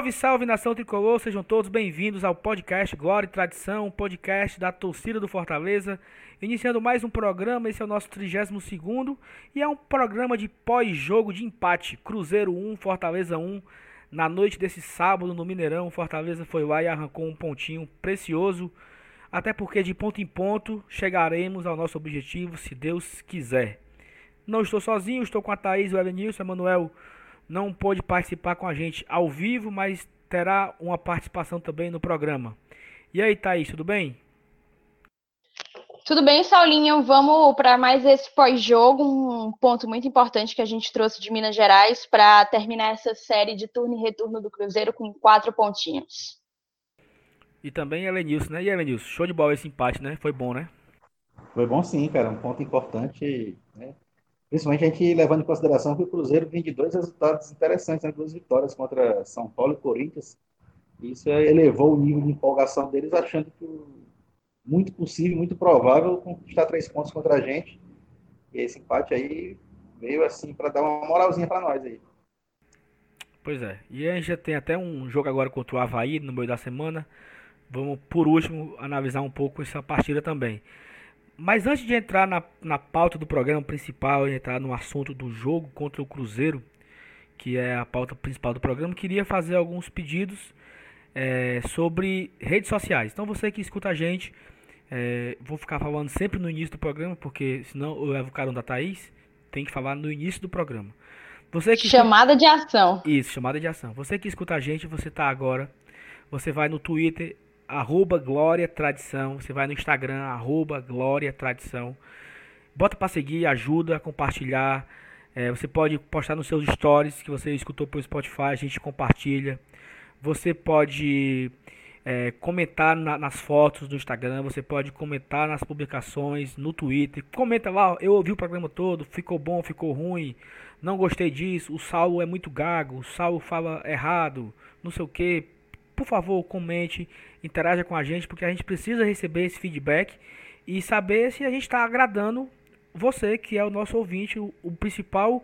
Salve, salve, nação tricolor, sejam todos bem-vindos ao podcast Glória e Tradição, podcast da torcida do Fortaleza, iniciando mais um programa. Esse é o nosso 32º e é um programa de pós-jogo de empate, Cruzeiro 1, Fortaleza 1, na noite desse sábado no Mineirão. O Fortaleza foi lá e arrancou um pontinho precioso, até porque de ponto em ponto chegaremos ao nosso objetivo, se Deus quiser. Não estou sozinho, estou com a Thaís, o Elenilson, o Emanuel não pôde participar com a gente ao vivo, mas terá uma participação também no programa. E aí, Thaís, tudo bem? Tudo bem, Saulinho. Vamos para mais esse pós-jogo, um ponto muito importante que a gente trouxe de Minas Gerais para terminar essa série de turno e retorno do Cruzeiro com 4 pontinhos. E também Elenilson, né? E Elenilson, show de bola esse empate, né? Foi bom, né? Foi bom sim, cara, um ponto importante, né? Principalmente a gente levando em consideração que o Cruzeiro vem de dois resultados interessantes, né? Duas vitórias contra São Paulo e Corinthians. Isso elevou o nível de empolgação deles, achando que muito possível, muito provável conquistar 3 pontos contra a gente. E esse empate aí veio assim para dar uma moralzinha para nós aí. Pois é. E a gente já tem até um jogo agora contra o Avaí no meio da semana. Vamos, por último, analisar um pouco essa partida também. Mas antes de entrar na pauta do programa principal e entrar no assunto do jogo contra o Cruzeiro, que é a pauta principal do programa, queria fazer alguns pedidos sobre redes sociais. Então você que escuta a gente, vou ficar falando sempre no início do programa, porque senão eu levo o carão da Thaís, tem que falar no início do programa. Chamada de ação. Isso, chamada de ação. Você que escuta a gente, você tá agora, você vai no Twitter, @Glória Tradição, você vai no Instagram, @Glória Tradição, bota para seguir, ajuda a compartilhar, você pode postar nos seus stories que você escutou pelo Spotify, a gente compartilha, você pode comentar nas fotos do Instagram, você pode comentar nas publicações no Twitter, comenta lá, eu ouvi o programa todo, ficou bom, ficou ruim, não gostei disso, o Saulo é muito gago, o Saulo fala errado, não sei o que. Por favor, comente, interaja com a gente, porque a gente precisa receber esse feedback e saber se a gente está agradando você, que é o nosso ouvinte, o principal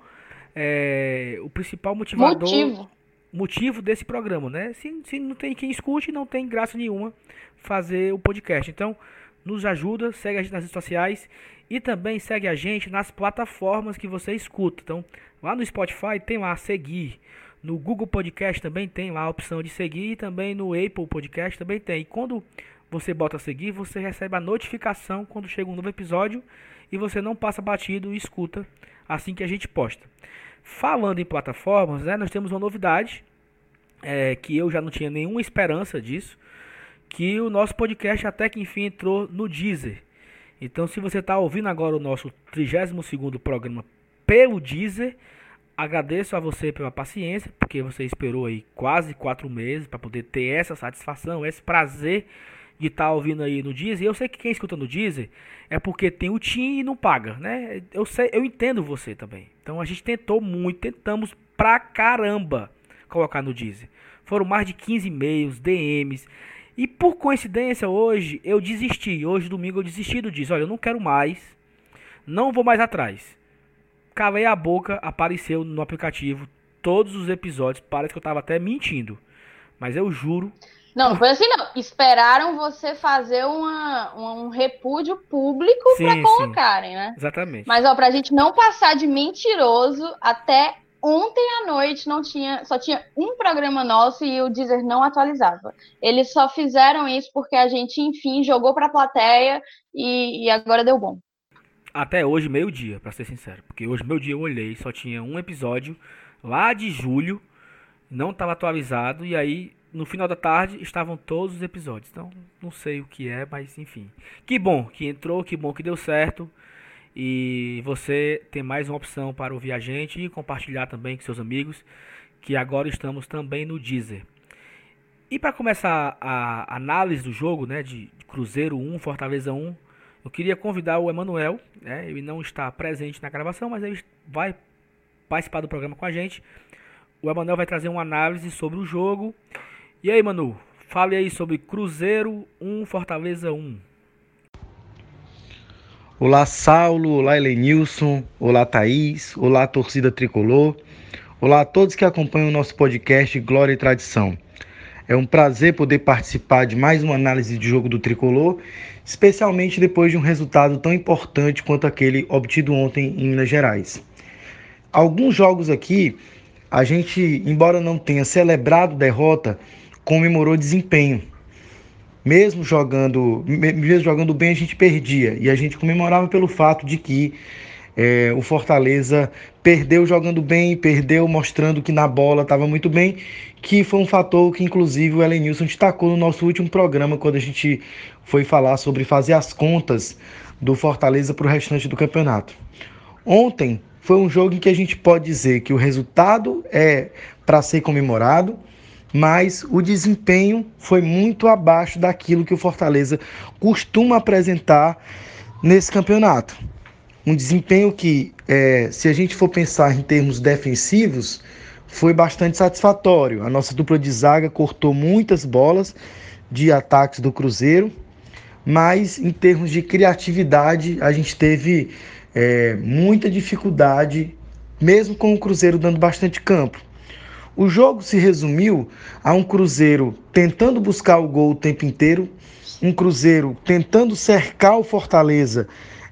motivo desse programa, né? Se não tem quem escute, não tem graça nenhuma fazer o podcast. Então, nos ajuda, segue a gente nas redes sociais e também segue a gente nas plataformas que você escuta. Então, lá no Spotify tem lá seguir. No Google Podcast também tem lá a opção de seguir e também no Apple Podcast também tem. E quando você bota seguir, você recebe a notificação quando chega um novo episódio e você não passa batido e escuta assim que a gente posta. Falando em plataformas, né, nós temos uma novidade, que eu já não tinha nenhuma esperança disso, que o nosso podcast até que enfim entrou no Deezer. Então, se você está ouvindo agora o nosso 32º programa pelo Deezer, agradeço a você pela paciência, porque você esperou aí quase 4 meses para poder ter essa satisfação, esse prazer de estar ouvindo aí no Deezer. Eu sei que quem escuta no Deezer é porque tem o TIM e não paga, né? Eu entendo você também. Então a gente tentamos pra caramba colocar no Deezer. Foram mais de 15 e-mails, DMs. E por coincidência hoje eu desisti. Hoje domingo eu desisti do Deezer. Olha, eu não quero mais. Não vou mais atrás. Calei a boca, apareceu no aplicativo todos os episódios. Parece que eu tava até mentindo. Mas eu juro. Não foi assim não. Esperaram você fazer um repúdio público para colocarem, né? Exatamente. Mas pra gente não passar de mentiroso, até ontem à noite só tinha um programa nosso e o Deezer não atualizava. Eles só fizeram isso porque a gente, enfim, jogou pra plateia e agora deu bom. Até hoje, meio-dia, pra ser sincero. Porque hoje, meio-dia, eu olhei, só tinha um episódio lá de julho, não estava atualizado, e aí, no final da tarde, estavam todos os episódios. Então, não sei o que é, mas enfim. Que bom que entrou, que bom que deu certo. E você tem mais uma opção para ouvir a gente e compartilhar também com seus amigos, que agora estamos também no Deezer. E para começar a análise do jogo, né, de Cruzeiro 1, Fortaleza 1, eu queria convidar o Emanuel, né? Ele não está presente na gravação, mas ele vai participar do programa com a gente. O Emanuel vai trazer uma análise sobre o jogo. E aí, Manu, fale aí sobre Cruzeiro 1, Fortaleza 1. Olá, Saulo, olá, Elenilson, olá, Thaís, olá, torcida tricolor. Olá a todos que acompanham o nosso podcast Glória e Tradição. É um prazer poder participar de mais uma análise de jogo do Tricolor, especialmente depois de um resultado tão importante quanto aquele obtido ontem em Minas Gerais. Alguns jogos aqui, a gente, embora não tenha celebrado derrota, comemorou desempenho. Mesmo jogando bem, a gente perdia. E a gente comemorava pelo fato de que o Fortaleza perdeu jogando bem, perdeu mostrando que na bola estava muito bem, que foi um fator que inclusive o Elenilson destacou no nosso último programa, quando a gente foi falar sobre fazer as contas do Fortaleza para o restante do campeonato. Ontem foi um jogo em que a gente pode dizer que o resultado é para ser comemorado, mas o desempenho foi muito abaixo daquilo que o Fortaleza costuma apresentar nesse campeonato. Um desempenho que, se a gente for pensar em termos defensivos, foi bastante satisfatório. A nossa dupla de zaga cortou muitas bolas de ataques do Cruzeiro, mas em termos de criatividade, a gente teve muita dificuldade, mesmo com o Cruzeiro dando bastante campo. O jogo se resumiu a um Cruzeiro tentando buscar o gol o tempo inteiro, um Cruzeiro tentando cercar o Fortaleza,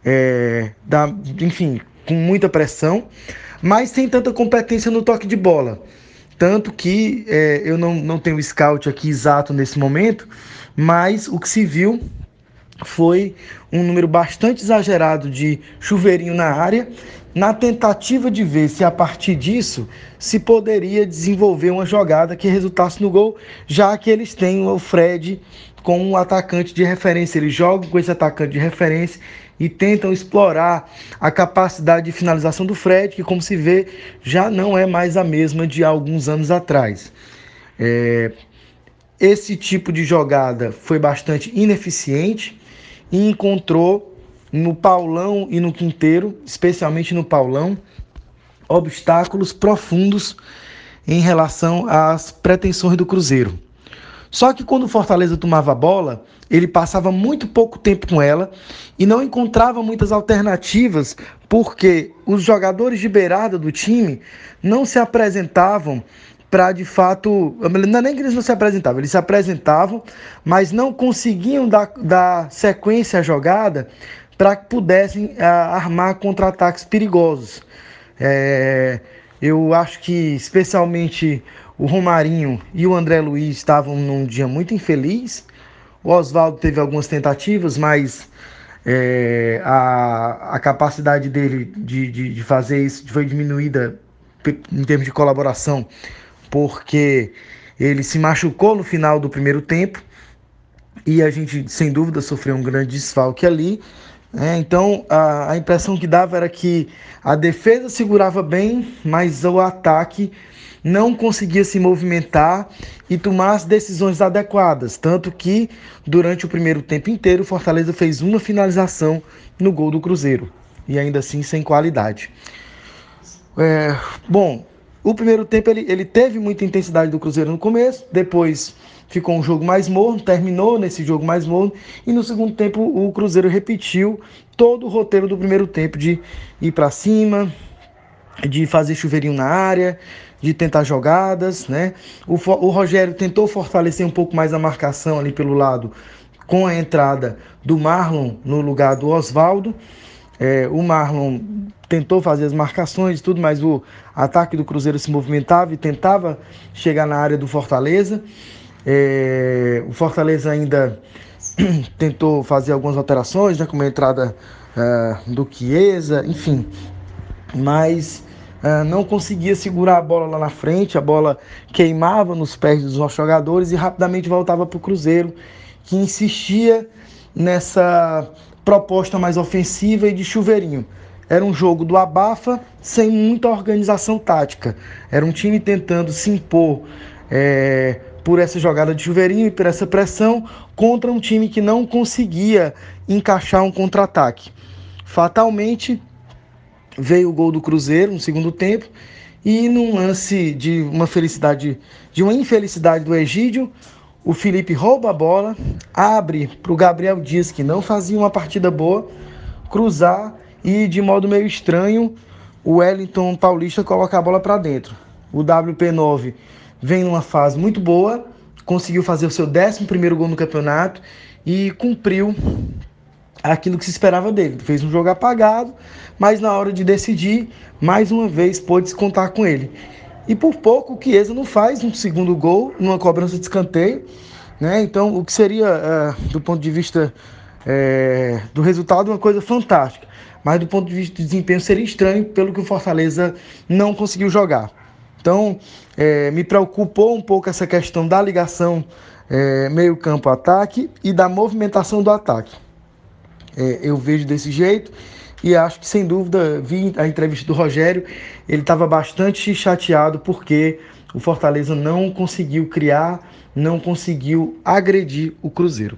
com muita pressão, mas sem tanta competência no toque de bola. Tanto que eu não tenho o scout aqui exato nesse momento, mas o que se viu foi um número bastante exagerado de chuveirinho na área, na tentativa de ver se a partir disso se poderia desenvolver uma jogada que resultasse no gol, já que eles têm o Fred como um atacante de referência. Eles jogam com esse atacante de referência e tentam explorar a capacidade de finalização do Fred, que, como se vê, já não é mais a mesma de alguns anos atrás. Esse tipo de jogada foi bastante ineficiente e encontrou no Paulão e no Quinteiro, especialmente no Paulão, obstáculos profundos em relação às pretensões do Cruzeiro. Só que quando o Fortaleza tomava a bola, ele passava muito pouco tempo com ela e não encontrava muitas alternativas, porque os jogadores de beirada do time não se apresentavam para, de fato, não é nem que eles não se apresentavam, eles se apresentavam, mas não conseguiam dar sequência à jogada para que pudessem armar contra-ataques perigosos. Eu acho que especialmente o Romarinho e o André Luiz estavam num dia muito infeliz. O Oswaldo teve algumas tentativas, mas a capacidade dele de fazer isso foi diminuída em termos de colaboração, porque ele se machucou no final do primeiro tempo e a gente, sem dúvida, sofreu um grande desfalque ali. Então a impressão que dava era que a defesa segurava bem, mas o ataque não conseguia se movimentar e tomar as decisões adequadas. Tanto que durante o primeiro tempo inteiro o Fortaleza fez uma finalização no gol do Cruzeiro, e ainda assim sem qualidade. O primeiro tempo ele teve muita intensidade do Cruzeiro no começo, depois ficou um jogo mais morno, terminou nesse jogo mais morno, e no segundo tempo o Cruzeiro repetiu todo o roteiro do primeiro tempo, de ir para cima, de fazer chuveirinho na área, de tentar jogadas, né? O Rogério tentou fortalecer um pouco mais a marcação ali pelo lado, com a entrada do Marlon no lugar do Oswaldo. O Marlon tentou fazer as marcações e tudo, mas o ataque do Cruzeiro se movimentava e tentava chegar na área do Fortaleza. O Fortaleza ainda tentou fazer algumas alterações, né, como a entrada do Chiesa, enfim, mas não conseguia segurar a bola lá na frente. A bola queimava nos pés dos nossos jogadores e rapidamente voltava para o Cruzeiro, que insistia nessa proposta mais ofensiva e de chuveirinho. Era um jogo do abafa, sem muita organização tática. Era um time tentando se impor por essa jogada de chuveirinho e por essa pressão, contra um time que não conseguia encaixar um contra-ataque. Fatalmente veio o gol do Cruzeiro no segundo tempo, e num lance de uma infelicidade do Egídio, o Felipe rouba a bola, abre para o Gabriel Dias, que não fazia uma partida boa, cruzar, e de modo meio estranho o Wellington Paulista coloca a bola para dentro. O WP9 vem numa fase muito boa, conseguiu fazer o seu 11º gol no campeonato e cumpriu aquilo que se esperava dele. Fez um jogo apagado, mas na hora de decidir, mais uma vez pôde contar com ele. E por pouco o Chiesa não faz um segundo gol numa cobrança de escanteio, né? Então, o que seria, do ponto de vista do resultado, uma coisa fantástica. Mas do ponto de vista de desempenho seria estranho pelo que o Fortaleza não conseguiu jogar. Então, me preocupou um pouco essa questão da ligação meio campo-ataque e da movimentação do ataque. Eu vejo desse jeito e acho que, sem dúvida, vi a entrevista do Rogério, ele estava bastante chateado porque o Fortaleza não conseguiu criar, não conseguiu agredir o Cruzeiro.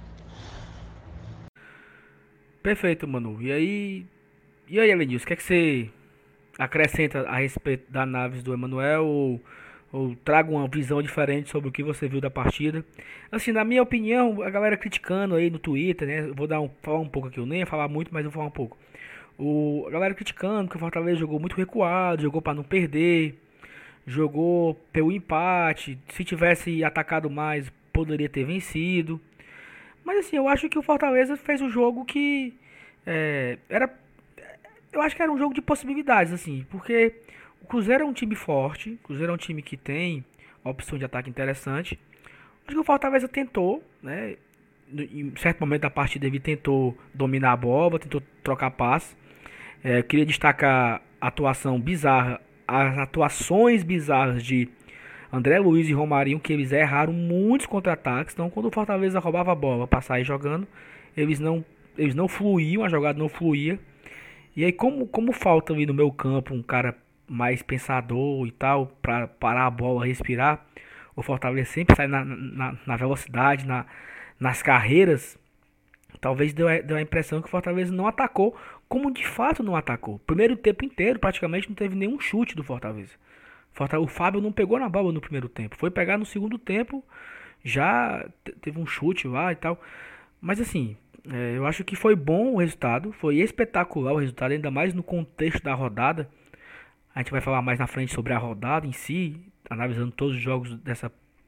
Perfeito, Manu. E aí, Elenilson, o que é que você acrescenta a respeito da Naves do Emanuel ou traga uma visão diferente sobre o que você viu da partida? Assim, na minha opinião, a galera criticando aí no Twitter, né? Eu vou falar um pouco aqui, eu nem ia falar muito, mas eu vou falar um pouco. A galera criticando que o Fortaleza jogou muito recuado, jogou para não perder, jogou pelo empate. Se tivesse atacado mais, poderia ter vencido. Mas assim, eu acho que o Fortaleza fez um jogo que era. Eu acho que era um jogo de possibilidades, assim, porque o Cruzeiro é um time forte, o Cruzeiro é um time que tem opção de ataque interessante. Acho que o Fortaleza tentou, né? Em certo momento da partida ele tentou dominar a bola, tentou trocar passe. Queria destacar a atuação bizarra, as atuações bizarras de André Luiz e Romarinho, que eles erraram muitos contra-ataques. Então, quando o Fortaleza roubava a bola para sair jogando, eles não fluíam, a jogada não fluía. E aí, como falta ali no meu campo um cara mais pensador e tal, para parar a bola, respirar, o Fortaleza sempre sai na velocidade, nas carreiras. Talvez deu a impressão que o Fortaleza não atacou, como de fato não atacou. Primeiro tempo inteiro, praticamente não teve nenhum chute do Fortaleza. O Fábio não pegou na bola no primeiro tempo. Foi pegar no segundo tempo, já teve um chute lá e tal. Mas assim, eu acho que foi bom o resultado. Foi espetacular o resultado, ainda mais no contexto da rodada. A gente vai falar mais na frente sobre a rodada em si, analisando todos os jogos dessa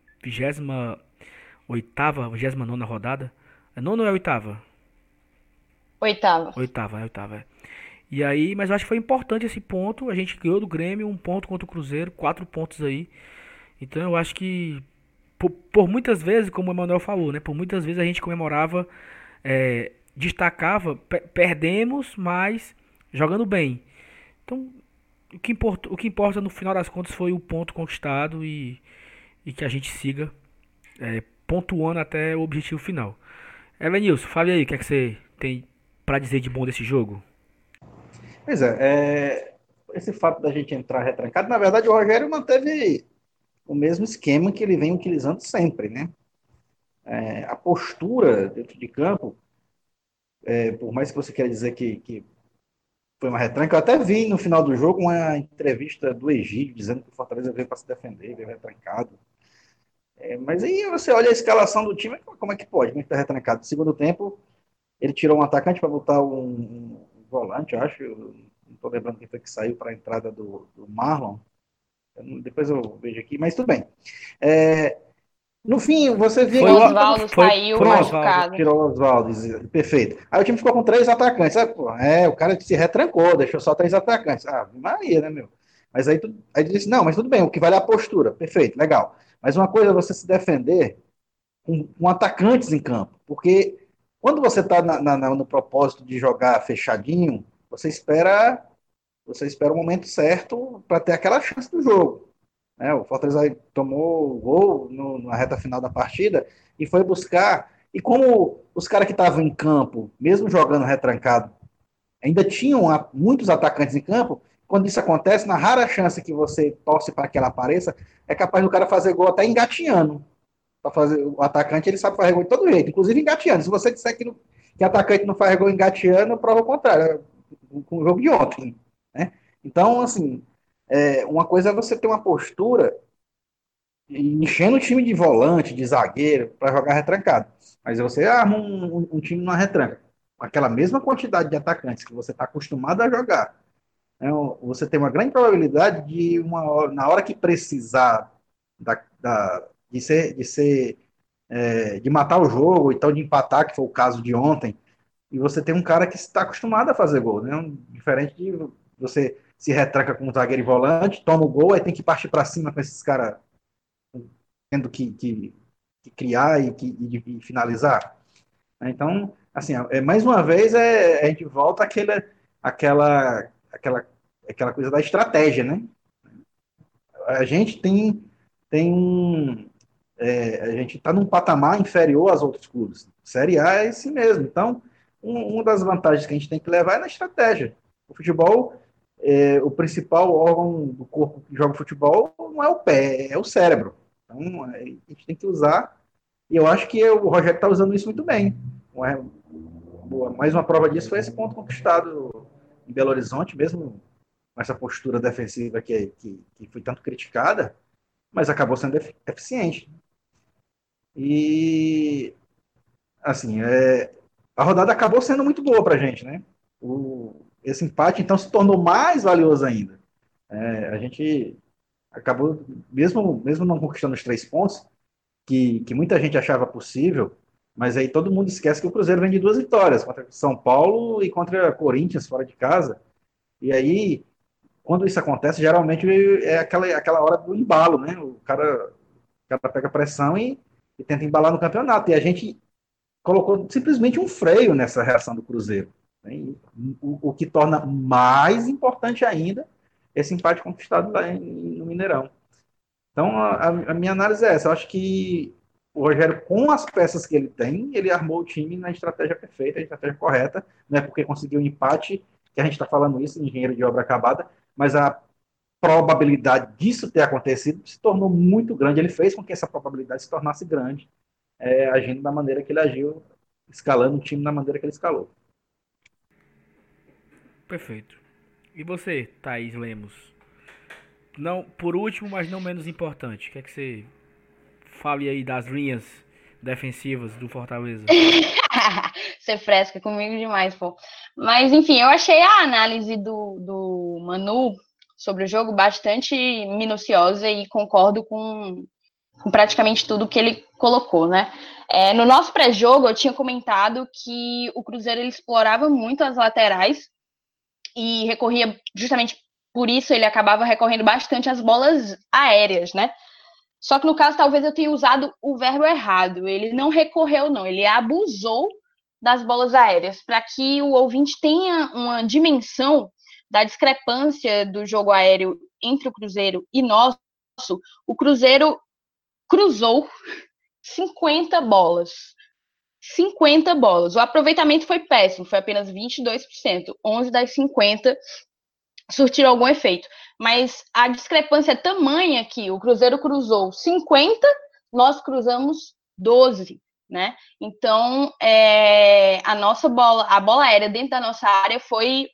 28ª, 29ª rodada. É nona ou é oitava? Oitava. Oitava. E aí, mas eu acho que foi importante esse ponto. A gente ganhou do Grêmio, 1 ponto contra o Cruzeiro, 4 pontos aí. Então eu acho que por muitas vezes, como o Emanuel falou, né? Por muitas vezes a gente comemorava, destacava, perdemos, mas jogando bem. Então o que importa no final das contas foi o ponto conquistado e que a gente siga pontuando até o objetivo final. Elenilson, fale aí o que é que você tem para dizer de bom desse jogo. Pois esse fato da gente entrar retrancado, na verdade o Rogério manteve o mesmo esquema que ele vem utilizando sempre, né? A postura dentro de campo, por mais que você queira dizer que foi uma retranca, eu até vi no final do jogo uma entrevista do Egídio dizendo que o Fortaleza veio para se defender, veio retrancado. Mas aí você olha a escalação do time, como é que pode? Como é que tá retrancado? No segundo tempo, ele tirou um atacante para botar um volante, eu acho. Eu não estou lembrando quem foi que saiu para a entrada do Marlon. Depois eu vejo aqui, mas tudo bem. No fim, você via que o Oswaldo saiu machucado. Tirou o Oswaldo, perfeito. Aí o time ficou com 3 atacantes. O cara se retrancou, deixou só 3 atacantes. Maria, né, meu? Mas aí ele disse, não, mas tudo bem, o que vale é a postura. Perfeito, legal. Mas uma coisa é você se defender com atacantes em campo. Porque quando você está no propósito de jogar fechadinho, você espera o momento certo para ter aquela chance do jogo. O Fortaleza tomou o gol na reta final da partida e foi buscar. E como os caras que estavam em campo, mesmo jogando retrancado, ainda tinham muitos atacantes em campo, quando isso acontece, na rara chance que você torce para que ela apareça, é capaz do cara fazer gol até engatinhando. O atacante ele sabe fazer gol de todo jeito, inclusive engateando. Se você disser que atacante não faz gol engateando, prova o contrário, com o jogo de ontem. Né? Então, assim, uma coisa é você ter uma postura enchendo o time de volante, de zagueiro, para jogar retrancado. Mas você arma um time numa retranca, com aquela mesma quantidade de atacantes que você está acostumado a jogar. Você tem uma grande probabilidade de, na hora que precisar de matar o jogo, então de empatar, que foi o caso de ontem, e você tem um cara que está acostumado a fazer gol, né? Diferente de você se retranca com um zagueiro e volante, toma o gol, aí tem que partir para cima com esses caras tendo que criar e finalizar. Então, assim, mais uma vez a gente volta àquela, àquela, àquela coisa da estratégia, né? A gente a gente está num patamar inferior aos outros clubes. Série A é esse mesmo. Então, uma das vantagens que a gente tem que levar é na estratégia. O futebol, o principal órgão do corpo que joga futebol não é o pé, é o cérebro. Então, a gente tem que usar, e eu acho que o Rogério está usando isso muito bem. Mais uma prova disso foi esse ponto conquistado em Belo Horizonte, mesmo com essa postura defensiva que foi tanto criticada, mas acabou sendo eficiente. E, assim, a rodada acabou sendo muito boa para a gente, né? Esse empate, então, se tornou mais valioso ainda. A gente acabou, mesmo não conquistando os 3 pontos, que muita gente achava possível, mas aí todo mundo esquece que o Cruzeiro vem de 2 vitórias, contra São Paulo e contra Corinthians, fora de casa. E aí, quando isso acontece, geralmente é aquela hora do embalo, né? O cara pega pressão e tenta embalar no campeonato. E a gente colocou simplesmente um freio nessa reação do Cruzeiro, né? O que torna mais importante ainda esse empate conquistado lá no Mineirão. Então, a minha análise é essa. Eu acho que o Rogério, com as peças que ele tem, ele armou o time na estratégia perfeita, na estratégia correta. Não é porque conseguiu um empate que a gente está falando isso, engenheiro de obra acabada, mas a probabilidade disso ter acontecido se tornou muito grande. Ele fez com que essa probabilidade se tornasse grande, agindo da maneira que ele agiu, escalando o time da maneira que ele escalou. Perfeito. E você, Thaís Lemos? Não, por último, mas não menos importante, o que é que você fale aí das linhas defensivas do Fortaleza? Você fresca comigo demais, pô. Mas, enfim, eu achei a análise do Manu sobre o jogo bastante minuciosa e concordo com praticamente tudo que ele colocou, né? No nosso pré-jogo, eu tinha comentado que o Cruzeiro ele explorava muito as laterais e recorria, justamente por isso, ele acabava recorrendo bastante às bolas aéreas, né? Só que no caso, talvez eu tenha usado o verbo errado. Ele não recorreu, não. Ele abusou das bolas aéreas, para que o ouvinte tenha uma dimensão da discrepância do jogo aéreo entre o Cruzeiro e nosso. O Cruzeiro cruzou 50 bolas. 50 bolas. O aproveitamento foi péssimo, foi apenas 22%. 11 das 50 surtiram algum efeito. Mas a discrepância é tamanha que o Cruzeiro cruzou 50, nós cruzamos 12, né? Então, a nossa bola, a bola aérea dentro da nossa área foi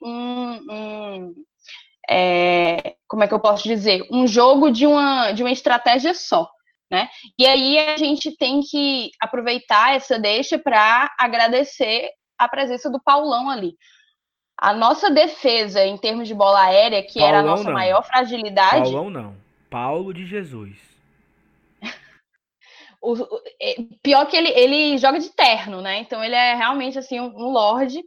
como é que eu posso dizer? Um jogo de uma estratégia só, né? E aí a gente tem que aproveitar essa deixa para agradecer a presença do Paulão ali. A nossa defesa, em termos de bola aérea, que era a Paulão nossa não. maior fragilidade. Paulão não. Paulo de Jesus. Pior que ele joga de terno, né? Então ele é realmente assim um lorde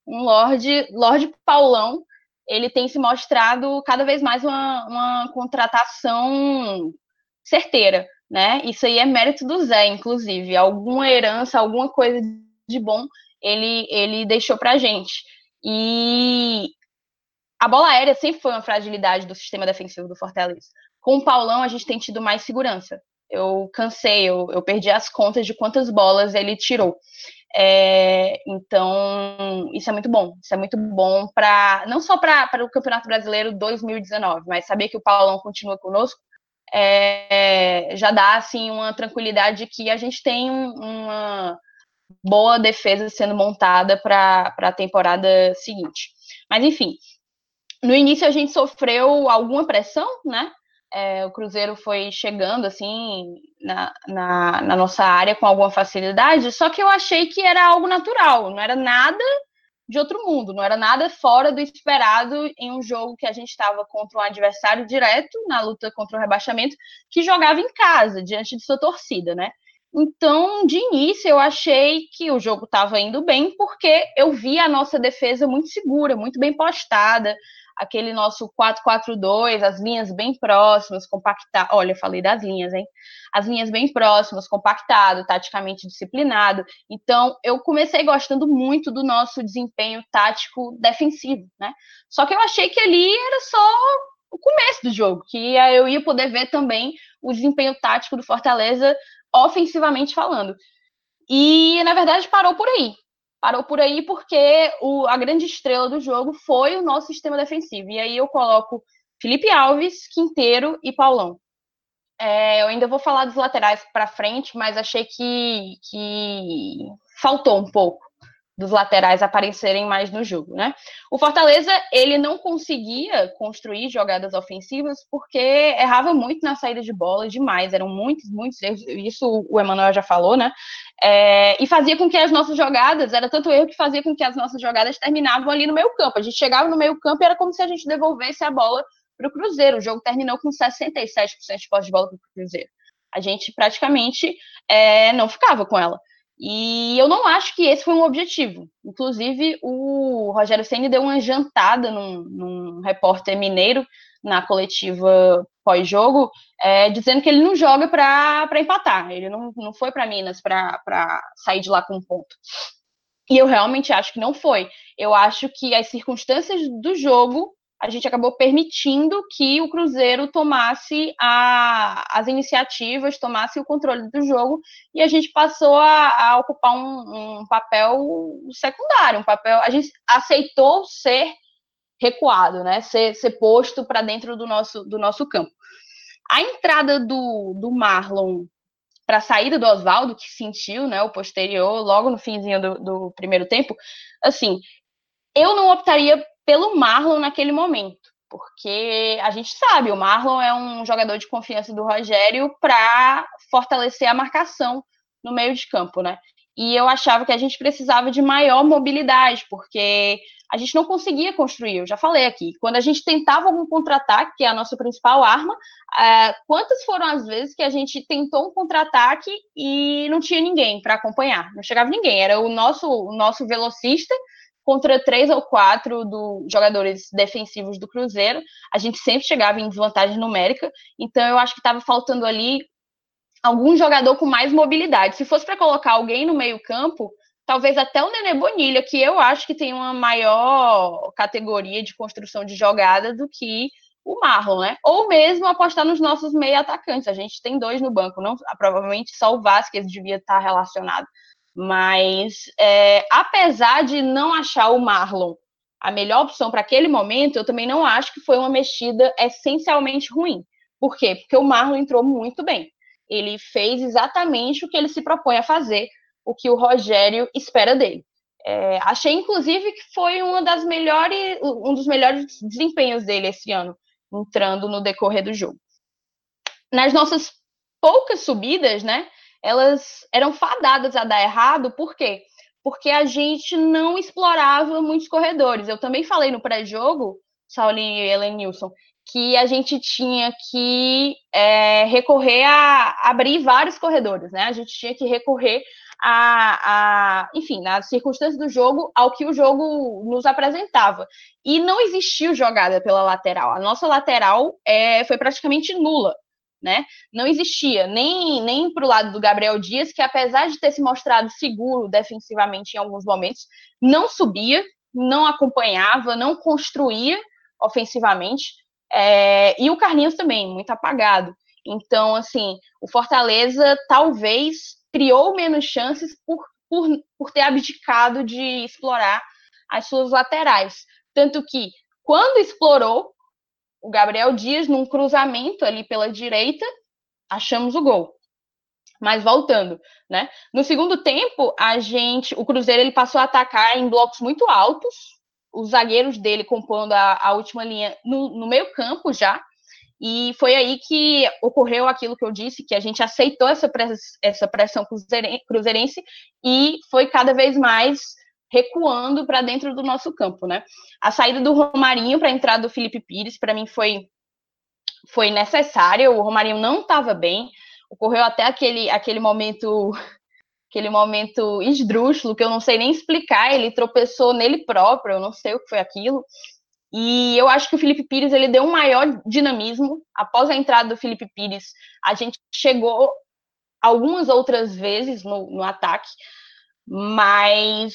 Paulão. Ele tem se mostrado cada vez mais uma contratação certeira, né? Isso aí é mérito do Zé, inclusive. Alguma herança, alguma coisa de bom ele deixou pra gente. E a bola aérea sempre foi uma fragilidade do sistema defensivo do Fortaleza. Com o Paulão, a gente tem tido mais segurança. Eu cansei, eu perdi as contas de quantas bolas ele tirou. Então, isso é muito bom. Isso é muito bom não só para o Campeonato Brasileiro 2019, mas saber que o Paulão continua conosco já dá assim, uma tranquilidade que a gente tem uma boa defesa sendo montada para a temporada seguinte. Mas, enfim, no início a gente sofreu alguma pressão, né? O Cruzeiro foi chegando assim na nossa área com alguma facilidade, só que eu achei que era algo natural, não era nada de outro mundo, não era nada fora do esperado em um jogo que a gente estava contra um adversário direto, na luta contra o rebaixamento, que jogava em casa, diante de sua torcida, né? Então, de início, eu achei que o jogo estava indo bem, porque eu vi a nossa defesa muito segura, muito bem postada, aquele nosso 4-4-2, as linhas bem próximas, compactado. Olha, eu falei das linhas, hein? As linhas bem próximas, compactado, taticamente disciplinado. Então, eu comecei gostando muito do nosso desempenho tático defensivo, né? Só que eu achei que ali era só o começo do jogo, que eu ia poder ver também o desempenho tático do Fortaleza ofensivamente falando. E, na verdade, parou por aí. Parou por aí porque a grande estrela do jogo foi o nosso sistema defensivo. E aí eu coloco Felipe Alves, Quinteiro e Paulão. Eu ainda vou falar dos laterais para frente, mas achei que faltou um pouco dos laterais aparecerem mais no jogo, né? O Fortaleza, ele não conseguia construir jogadas ofensivas porque errava muito na saída de bola, demais, eram muitos erros, isso o Emanuel já falou, né? E fazia com que as nossas jogadas, era tanto erro que fazia com que as nossas jogadas terminavam ali no meio campo, a gente chegava no meio campo e era como se a gente devolvesse a bola para o Cruzeiro, o jogo terminou com 67% de posse de bola para o Cruzeiro, a gente praticamente não ficava com ela. E eu não acho que esse foi um objetivo. Inclusive, o Rogério Ceni deu uma jantada num repórter mineiro na coletiva pós-jogo, dizendo que ele não joga para empatar. Ele não foi para Minas para sair de lá com um ponto. E eu realmente acho que não foi. Eu acho que as circunstâncias do jogo, a gente acabou permitindo que o Cruzeiro tomasse as iniciativas, tomasse o controle do jogo, e a gente passou a ocupar um papel secundário, a gente aceitou ser recuado, né? Ser posto para dentro do nosso campo. A entrada do Marlon para a saída do Oswaldo, que sentiu, né, o posterior, logo no finzinho do primeiro tempo, assim, eu não optaria pelo Marlon naquele momento, porque a gente sabe, o Marlon é um jogador de confiança do Rogério para fortalecer a marcação no meio de campo, né? E eu achava que a gente precisava de maior mobilidade, porque a gente não conseguia construir, eu já falei aqui, quando a gente tentava algum contra-ataque, que é a nossa principal arma, quantas foram as vezes que a gente tentou um contra-ataque e não tinha ninguém para acompanhar, não chegava ninguém, era o nosso velocista contra 3 ou 4 jogadores defensivos do Cruzeiro, a gente sempre chegava em desvantagem numérica, então eu acho que estava faltando ali algum jogador com mais mobilidade. Se fosse para colocar alguém no meio-campo, talvez até o Nenê Bonilha, que eu acho que tem uma maior categoria de construção de jogada do que o Marlon, né? Ou mesmo apostar nos nossos meio-atacantes. A gente tem 2 no banco, não, provavelmente só o Vasquez devia estar relacionado. Mas, apesar de não achar o Marlon a melhor opção para aquele momento, eu também não acho que foi uma mexida essencialmente ruim. Por quê? Porque o Marlon entrou muito bem. Ele fez exatamente o que ele se propõe a fazer, o que o Rogério espera dele. Achei, inclusive, que foi um dos melhores desempenhos dele esse ano, entrando no decorrer do jogo. Nas nossas poucas subidas, né, elas eram fadadas a dar errado, por quê? Porque a gente não explorava muitos corredores. Eu também falei no pré-jogo, Saulinho e Helenilson, que a gente tinha que recorrer a abrir vários corredores, né? A gente tinha que recorrer enfim, nas circunstâncias do jogo, ao que o jogo nos apresentava. E não existiu jogada pela lateral. A nossa lateral foi praticamente nula, né? Não existia, nem para o lado do Gabriel Dias, que apesar de ter se mostrado seguro defensivamente em alguns momentos, não subia, não acompanhava, não construía ofensivamente. E o Carlinhos também, muito apagado. Então, assim, o Fortaleza talvez criou menos chances por ter abdicado de explorar as suas laterais. Tanto que, quando explorou, o Gabriel Dias, num cruzamento ali pela direita, achamos o gol. Mas voltando, né? No segundo tempo, o Cruzeiro ele passou a atacar em blocos muito altos, os zagueiros dele compondo a última linha no meio campo já, e foi aí que ocorreu aquilo que eu disse, que a gente aceitou essa pressão cruzeirense e foi cada vez mais recuando para dentro do nosso campo, né? A saída do Romarinho para a entrada do Felipe Pires, para mim, foi necessária. O Romarinho não estava bem, ocorreu até aquele momento esdrúxulo, que eu não sei nem explicar, ele tropeçou nele próprio, eu não sei o que foi aquilo. E eu acho que o Felipe Pires ele deu um maior dinamismo. Após a entrada do Felipe Pires, a gente chegou algumas outras vezes no ataque, mas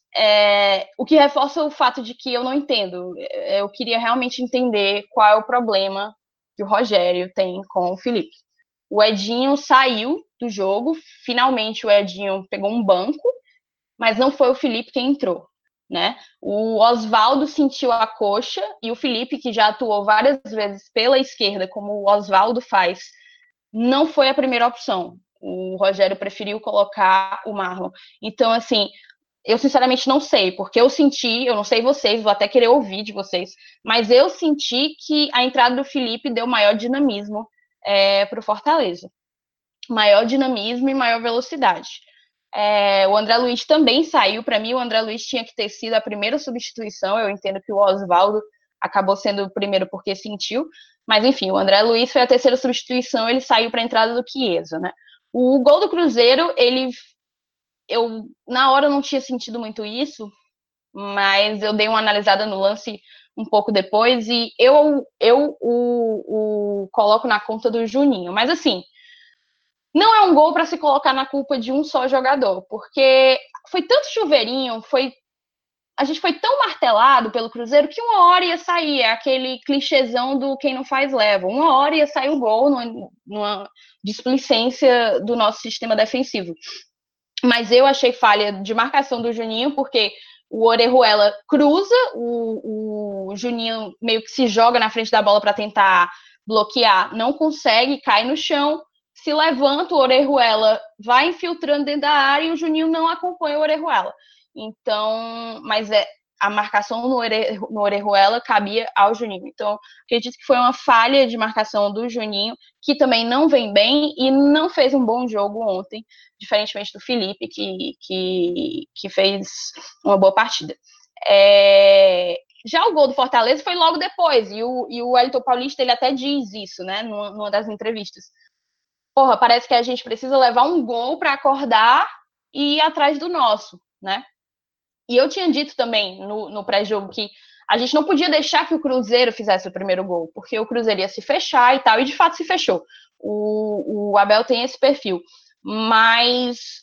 o que reforça o fato de que eu não entendo. Eu queria realmente entender qual é o problema que o Rogério tem com o Felipe. O Edinho saiu do jogo, finalmente o Edinho pegou um banco, mas não foi o Felipe quem entrou, né? O Oswaldo sentiu a coxa e o Felipe, que já atuou várias vezes pela esquerda, como o Oswaldo faz, não foi a primeira opção. O Rogério preferiu colocar o Marlon. Então, assim, eu sinceramente não sei, porque eu senti, eu não sei vocês, vou até querer ouvir de vocês, mas eu senti que a entrada do Felipe deu maior dinamismo para o Fortaleza. Maior dinamismo e maior velocidade. O André Luiz também saiu. Para mim, o André Luiz tinha que ter sido a primeira substituição. Eu entendo que o Oswaldo acabou sendo o primeiro porque sentiu, mas enfim, o André Luiz foi a terceira substituição, ele saiu para a entrada do Chiesa, né? O gol do Cruzeiro, eu na hora não tinha sentido muito isso, mas eu dei uma analisada no lance um pouco depois e eu o coloco na conta do Juninho. Mas assim, não é um gol para se colocar na culpa de um só jogador, porque foi tanto chuveirinho, a gente foi tão martelado pelo Cruzeiro que uma hora ia sair, é aquele clichêzão do quem não faz leva. Uma hora ia sair o gol numa displicência do nosso sistema defensivo. Mas eu achei falha de marcação do Juninho, porque o Orejuela cruza, o Juninho meio que se joga na frente da bola para tentar bloquear, não consegue, cai no chão, se levanta, o Orejuela vai infiltrando dentro da área e o Juninho não acompanha o Orejuela. Então, mas a marcação no Orejuela cabia ao Juninho. Então, acredito que foi uma falha de marcação do Juninho, que também não vem bem e não fez um bom jogo ontem, diferentemente do Felipe, que fez uma boa partida. Já o gol do Fortaleza foi logo depois, e o Wellington Paulista, ele até diz isso, né, numa das entrevistas. Porra, parece que a gente precisa levar um gol para acordar e ir atrás do nosso, né? E eu tinha dito também no pré-jogo que a gente não podia deixar que o Cruzeiro fizesse o primeiro gol, porque o Cruzeiro ia se fechar e tal, e de fato se fechou. O Abel tem esse perfil. Mas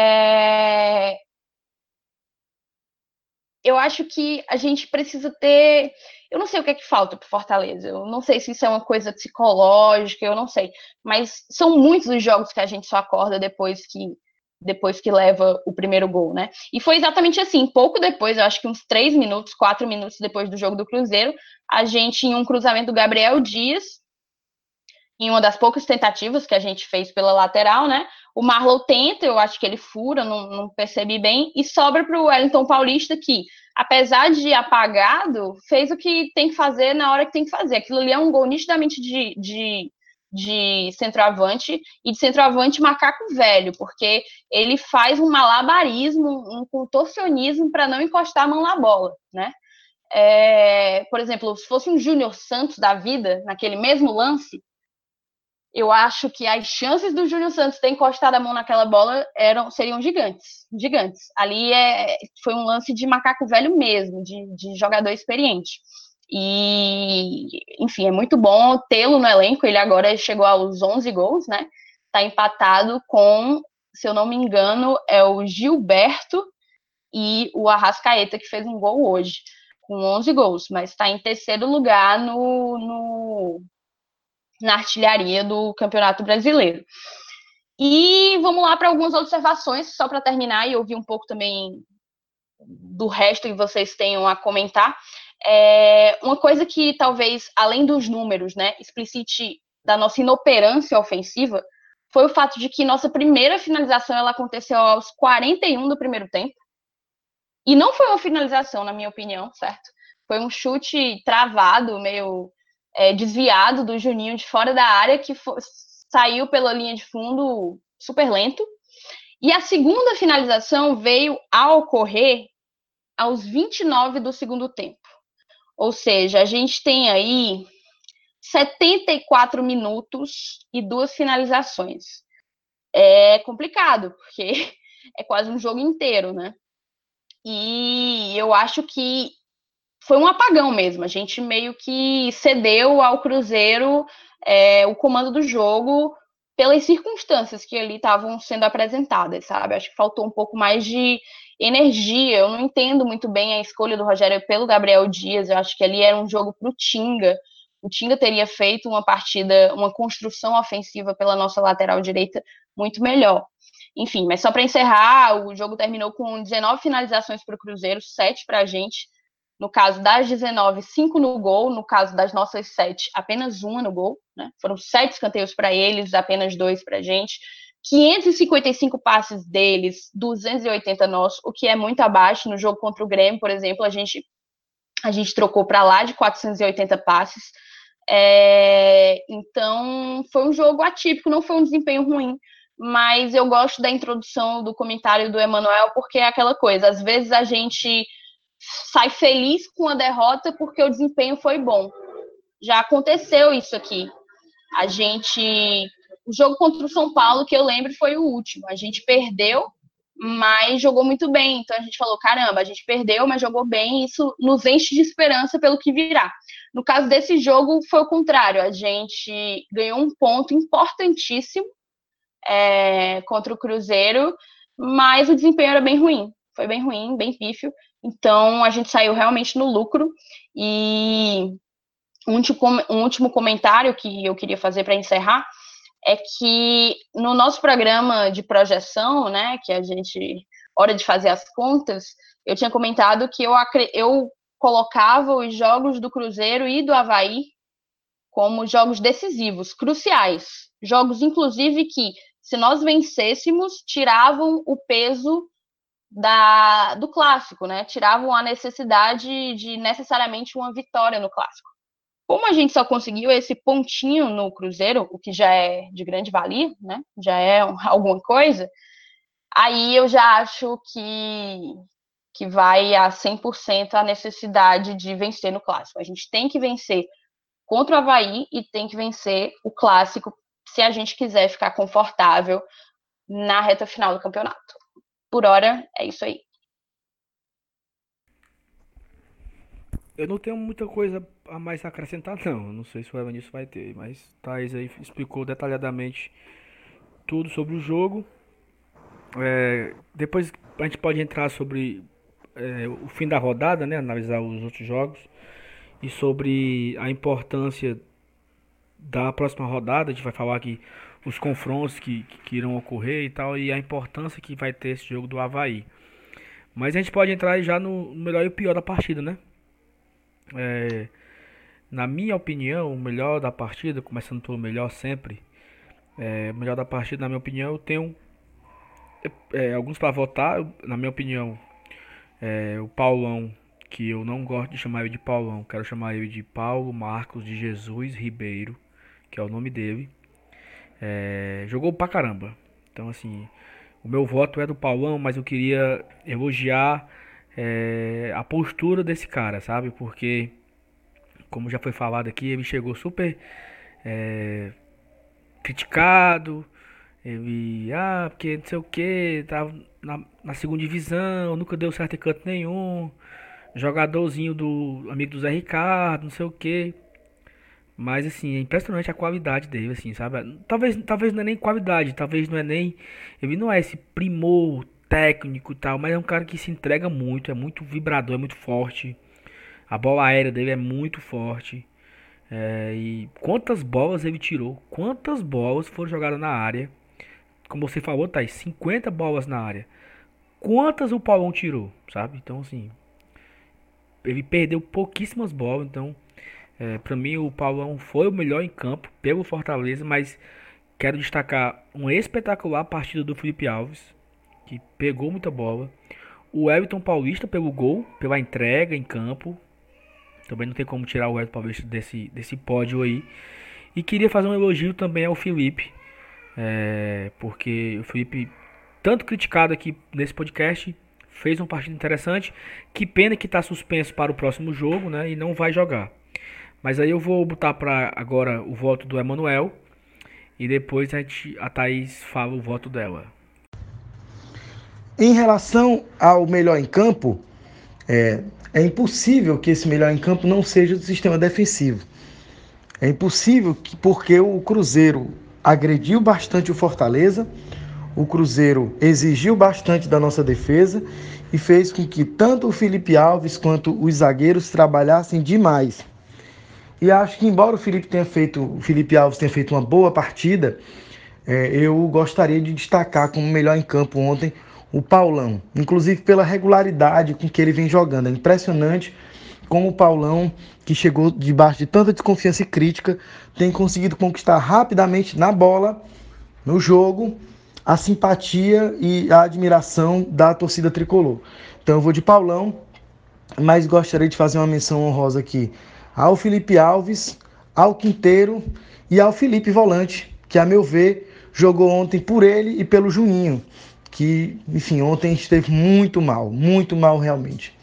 eu acho que a gente precisa ter... Eu não sei o que é que falta para Fortaleza. Eu não sei se isso é uma coisa psicológica, eu não sei. Mas são muitos os jogos que a gente só acorda depois que leva o primeiro gol, né? E foi exatamente assim, pouco depois, eu acho que uns 3 minutos, 4 minutos depois do jogo do Cruzeiro, a gente, em um cruzamento do Gabriel Dias, em uma das poucas tentativas que a gente fez pela lateral, né? O Marlon tenta, eu acho que ele fura, não percebi bem, e sobra para o Wellington Paulista, que, apesar de apagado, fez o que tem que fazer na hora que tem que fazer. Aquilo ali é um gol nitidamente de centroavante, e de centroavante macaco velho, porque ele faz um malabarismo, um contorcionismo para não encostar a mão na bola, né? Por exemplo, se fosse um Júnior Santos da vida, naquele mesmo lance, eu acho que as chances do Júnior Santos ter encostado a mão naquela bola seriam gigantes. Ali foi um lance de macaco velho mesmo, de jogador experiente. E, enfim, é muito bom tê-lo no elenco. Ele agora chegou aos 11 gols, né? Tá empatado com, se eu não me engano, é o Gilberto e o Arrascaeta, que fez um gol hoje, com 11 gols, mas está em terceiro lugar na artilharia do Campeonato Brasileiro. E vamos lá para algumas observações, só para terminar e ouvir um pouco também do resto que vocês tenham a comentar. Uma coisa que talvez, além dos números, né, explicite da nossa inoperância ofensiva, foi o fato de que nossa primeira finalização ela aconteceu aos 41 do primeiro tempo. E não foi uma finalização, na minha opinião, certo? Foi um chute travado, meio desviado do Juninho de fora da área, que saiu pela linha de fundo super lento. E a segunda finalização veio a ocorrer aos 29 do segundo tempo. Ou seja, a gente tem aí 74 minutos e 2 finalizações. É complicado, porque é quase um jogo inteiro, né? E eu acho que foi um apagão mesmo. A gente meio que cedeu ao Cruzeiro o comando do jogo pelas circunstâncias que ali estavam sendo apresentadas, sabe? Acho que faltou um pouco mais de energia. Eu não entendo muito bem a escolha do Rogério pelo Gabriel Dias. Eu acho que ali era um jogo pro Tinga. O Tinga teria feito uma partida, uma construção ofensiva pela nossa lateral direita muito melhor. Enfim, mas só para encerrar, o jogo terminou com 19 finalizações para o Cruzeiro, 7 para a gente. No caso das 19, 5 no gol. No caso das nossas 7, apenas uma no gol. Né? Foram 7 escanteios para eles, apenas 2 para a gente. 555 passes deles, 280 nossos, o que é muito abaixo. No jogo contra o Grêmio, por exemplo, a gente trocou para lá de 480 passes. Então, foi um jogo atípico, não foi um desempenho ruim. Mas eu gosto da introdução do comentário do Emanuel, porque é aquela coisa, às vezes a gente sai feliz com a derrota porque o desempenho foi bom. Já aconteceu isso aqui. O jogo contra o São Paulo, que eu lembro, foi o último. A gente perdeu, mas jogou muito bem. Então a gente falou, caramba, a gente perdeu, mas jogou bem, e isso nos enche de esperança pelo que virá. No caso desse jogo, foi o contrário. A gente ganhou um ponto importantíssimo contra o Cruzeiro, mas o desempenho era bem ruim. Foi bem ruim, bem pífio. Então, a gente saiu realmente no lucro. E um último comentário que eu queria fazer para encerrar é que no nosso programa de projeção, né, que a gente, hora de fazer as contas, eu tinha comentado que eu colocava os jogos do Cruzeiro e do Avaí como jogos decisivos, cruciais. Jogos, inclusive, que, se nós vencêssemos, tiravam o peso do clássico, né? Tiravam a necessidade de necessariamente uma vitória no clássico. Como a gente só conseguiu esse pontinho no Cruzeiro, o que já é de grande valia, né? Já é alguma coisa, aí eu já acho que vai a 100% a necessidade de vencer no clássico. A gente tem que vencer contra o Avaí e tem que vencer o clássico se a gente quiser ficar confortável na reta final do campeonato. Por hora, é isso aí. Eu não tenho muita coisa a mais acrescentar, não. Não sei se o Evanilson vai ter, mas Thaís aí explicou detalhadamente tudo sobre o jogo. Depois a gente pode entrar sobre o fim da rodada, né? Analisar os outros jogos e sobre a importância da próxima rodada. A gente vai falar aqui os confrontos que irão ocorrer e tal, e a importância que vai ter esse jogo do Avaí. Mas a gente pode entrar já no melhor e o pior da partida, né? Na minha opinião, o melhor da partida, começando pelo melhor sempre, o melhor da partida, na minha opinião, eu tenho alguns para votar. Na minha opinião, o Paulão, que eu não gosto de chamar ele de Paulão, quero chamar ele de Paulo Marcos de Jesus Ribeiro, que é o nome dele. Jogou pra caramba. Então, assim, o meu voto é do Paulão, mas eu queria elogiar a postura desse cara, sabe? Porque, como já foi falado aqui, ele chegou super criticado. Ele, porque não sei o que, tava na segunda divisão, nunca deu certo em canto nenhum. Jogadorzinho do amigo do Zé Ricardo, não sei o que. Mas, assim, é impressionante a qualidade dele, assim, sabe? Talvez não é nem qualidade, talvez não é nem... Ele não é esse primor técnico e tal, mas é um cara que se entrega muito, é muito vibrador, é muito forte. A bola aérea dele é muito forte. E quantas bolas ele tirou? Quantas bolas foram jogadas na área? Como você falou, tá aí, 50 bolas na área. Quantas o Paulão tirou, sabe? Então, assim, ele perdeu pouquíssimas bolas, então... Para mim o Paulão foi o melhor em campo pelo Fortaleza, mas quero destacar uma espetacular partida do Felipe Alves, que pegou muita bola. O Everton Paulista pelo gol, pela entrega em campo. Também não tem como tirar o Everton Paulista desse pódio aí. E queria fazer um elogio também ao Felipe, porque o Felipe, tanto criticado aqui nesse podcast, fez uma partida interessante. Que pena que está suspenso para o próximo jogo, né? E não vai jogar. Mas aí eu vou botar para agora o voto do Emanuel. E depois a Thaís fala o voto dela. Em relação ao melhor em campo, é impossível que esse melhor em campo não seja do sistema defensivo. É impossível porque o Cruzeiro agrediu bastante o Fortaleza, o Cruzeiro exigiu bastante da nossa defesa e fez com que tanto o Felipe Alves quanto os zagueiros trabalhassem demais. E acho que embora o Felipe Alves tenha feito uma boa partida, eu gostaria de destacar como melhor em campo ontem o Paulão, inclusive pela regularidade com que ele vem jogando. É impressionante como o Paulão, que chegou debaixo de tanta desconfiança e crítica, tem conseguido conquistar rapidamente na bola, no jogo, a simpatia e a admiração da torcida tricolor. Então eu vou de Paulão, mas gostaria de fazer uma menção honrosa aqui ao Felipe Alves, ao Quinteiro e ao Felipe Volante, que, a meu ver, jogou ontem por ele e pelo Juninho, que, enfim, ontem esteve muito mal realmente.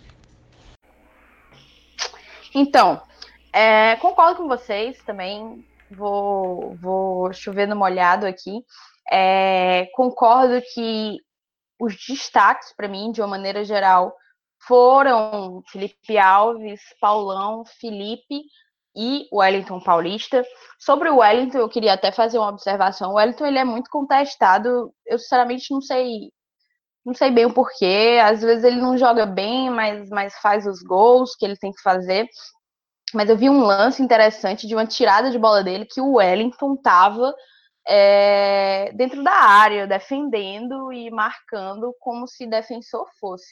Então, concordo com vocês também. Vou chover no molhado aqui. Concordo que os destaques, para mim, de uma maneira geral, foram Felipe Alves, Paulão, Felipe e Wellington Paulista. Sobre o Wellington, eu queria até fazer uma observação. O Wellington ele é muito contestado. Eu, sinceramente, não sei bem o porquê. Às vezes ele não joga bem, mas faz os gols que ele tem que fazer. Mas eu vi um lance interessante de uma tirada de bola dele que o Wellington estava dentro da área, defendendo e marcando como se defensor fosse.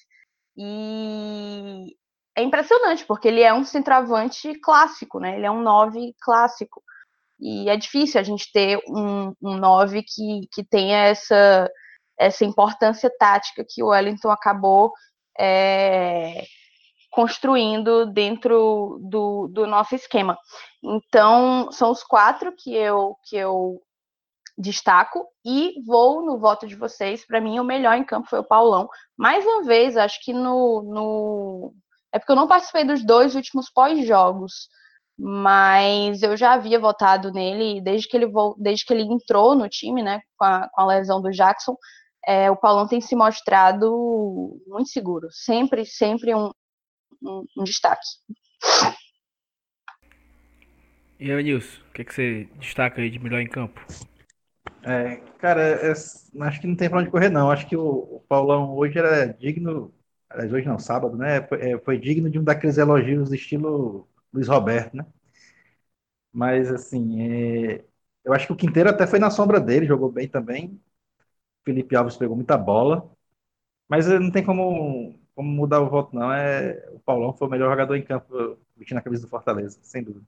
E é impressionante, porque ele é um centroavante clássico, né? Ele é um 9 clássico. E é difícil a gente ter um 9 que tenha essa importância tática que o Wellington acabou construindo dentro do nosso esquema. Então, são os 4 que eu destaco e vou no voto de vocês. Para mim, o melhor em campo foi o Paulão. Mais uma vez, acho que é porque eu não participei dos 2 últimos pós-jogos, mas eu já havia votado nele desde que ele entrou no time, né, com a lesão do Jackson. O Paulão tem se mostrado muito seguro, sempre um destaque. E aí, Nilson, o que você destaca aí de melhor em campo? Cara, acho que não tem pra onde correr, não. Acho que o Paulão hoje era digno. Aliás, hoje não, sábado, né? Foi digno de um daqueles elogios estilo Luiz Roberto, né? Mas, assim, eu acho que o Quinteiro até foi na sombra dele, jogou bem também. O Felipe Alves pegou muita bola. Mas não tem como mudar o voto, não. O Paulão foi o melhor jogador em campo vestindo a camisa do Fortaleza, sem dúvida.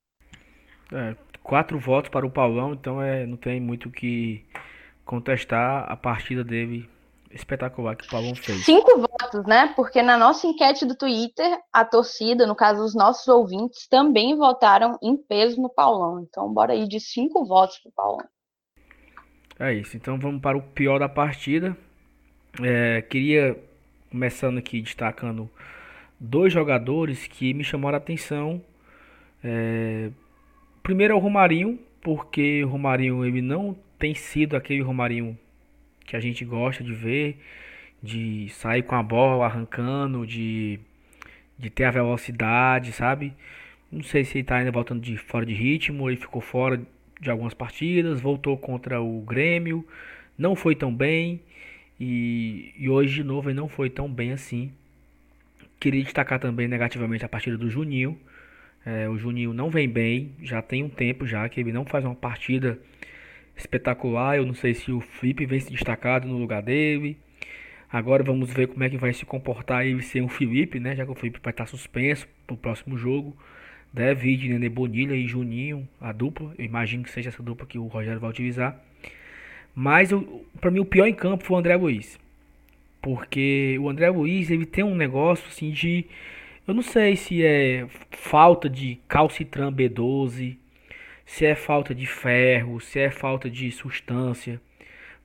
4 votos para o Paulão, então não tem muito o que contestar a partida dele espetacular que o Paulão fez. 5 votos, né? Porque na nossa enquete do Twitter, a torcida, no caso os nossos ouvintes, também votaram em peso no Paulão. Então bora aí de 5 votos pro Paulão. É isso, então vamos para o pior da partida. Queria, começando aqui, destacando 2 jogadores que me chamaram a atenção. Primeiro é o Romarinho, porque o Romarinho ele não tem sido aquele Romarinho que a gente gosta de ver, de sair com a bola arrancando, de ter a velocidade, sabe? Não sei se ele tá ainda voltando de fora de ritmo, ele ficou fora de algumas partidas, voltou contra o Grêmio, não foi tão bem, e hoje de novo ele não foi tão bem assim. Queria destacar também negativamente a partida do Juninho. O Juninho não vem bem, já tem um tempo já que ele não faz uma partida espetacular. Eu não sei se o Felipe vem se destacado no lugar dele. Agora vamos ver como é que vai se comportar ele sem o Felipe, né? Já que o Felipe vai estar suspenso pro próximo jogo. Deve ir de Nenê Bonilha e Juninho, a dupla. Eu imagino que seja essa dupla que o Rogério vai utilizar. Mas para mim o pior em campo foi o André Luiz. Porque o André Luiz ele tem um negócio assim de... Eu não sei se é falta de calcitran B12, se é falta de ferro, se é falta de substância.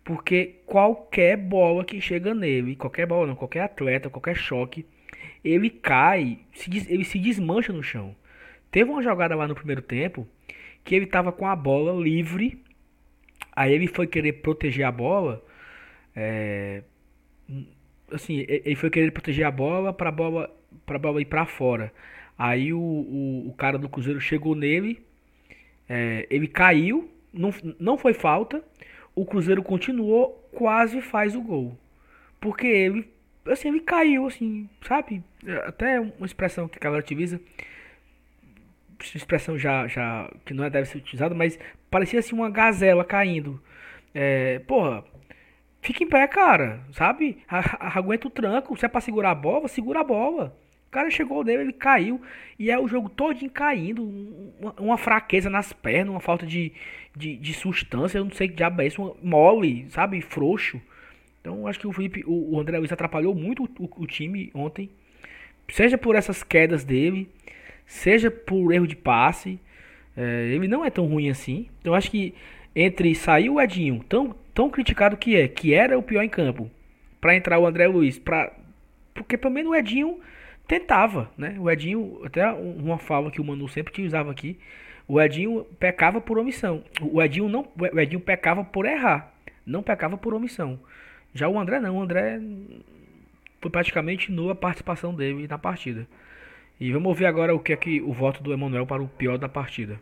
Porque qualquer bola que chega nele, qualquer bola não, qualquer atleta, qualquer choque, ele cai, ele se desmancha no chão. Teve uma jogada lá no primeiro tempo que ele tava com a bola livre, aí ele foi querer proteger a bola, é, assim, ele foi querer proteger a bola para bola ir para fora. Aí o cara do Cruzeiro chegou nele, ele caiu, não foi falta, o Cruzeiro continuou, quase faz o gol. Porque ele, assim, ele caiu, assim, sabe? Até uma expressão que a galera utiliza, expressão já que não deve ser utilizada, mas parecia assim uma gazela caindo. Porra, fica em pé, cara, sabe? Aguenta o tranco. Se é pra segurar a bola, segura a bola. O cara chegou nele, ele caiu. E é o jogo todinho caindo. Uma fraqueza nas pernas, uma falta de substância. Eu não sei que diabo é isso. Mole, sabe? Frouxo. Então acho que o André Luiz atrapalhou muito o time ontem. Seja por essas quedas dele, seja por erro de passe. Ele não é tão ruim assim. Então acho que entre sair o Edinho, tão criticado que era o pior em campo, pra entrar o André Luiz, porque pelo menos o Edinho tentava, né? O Edinho, até uma fala que o Manu sempre utilizava aqui, o Edinho pecava por omissão. O Edinho pecava por errar, não pecava por omissão. Já o André não, o André foi praticamente nula a participação dele na partida. E vamos ouvir agora o que é que o voto do Emanuel para o pior da partida.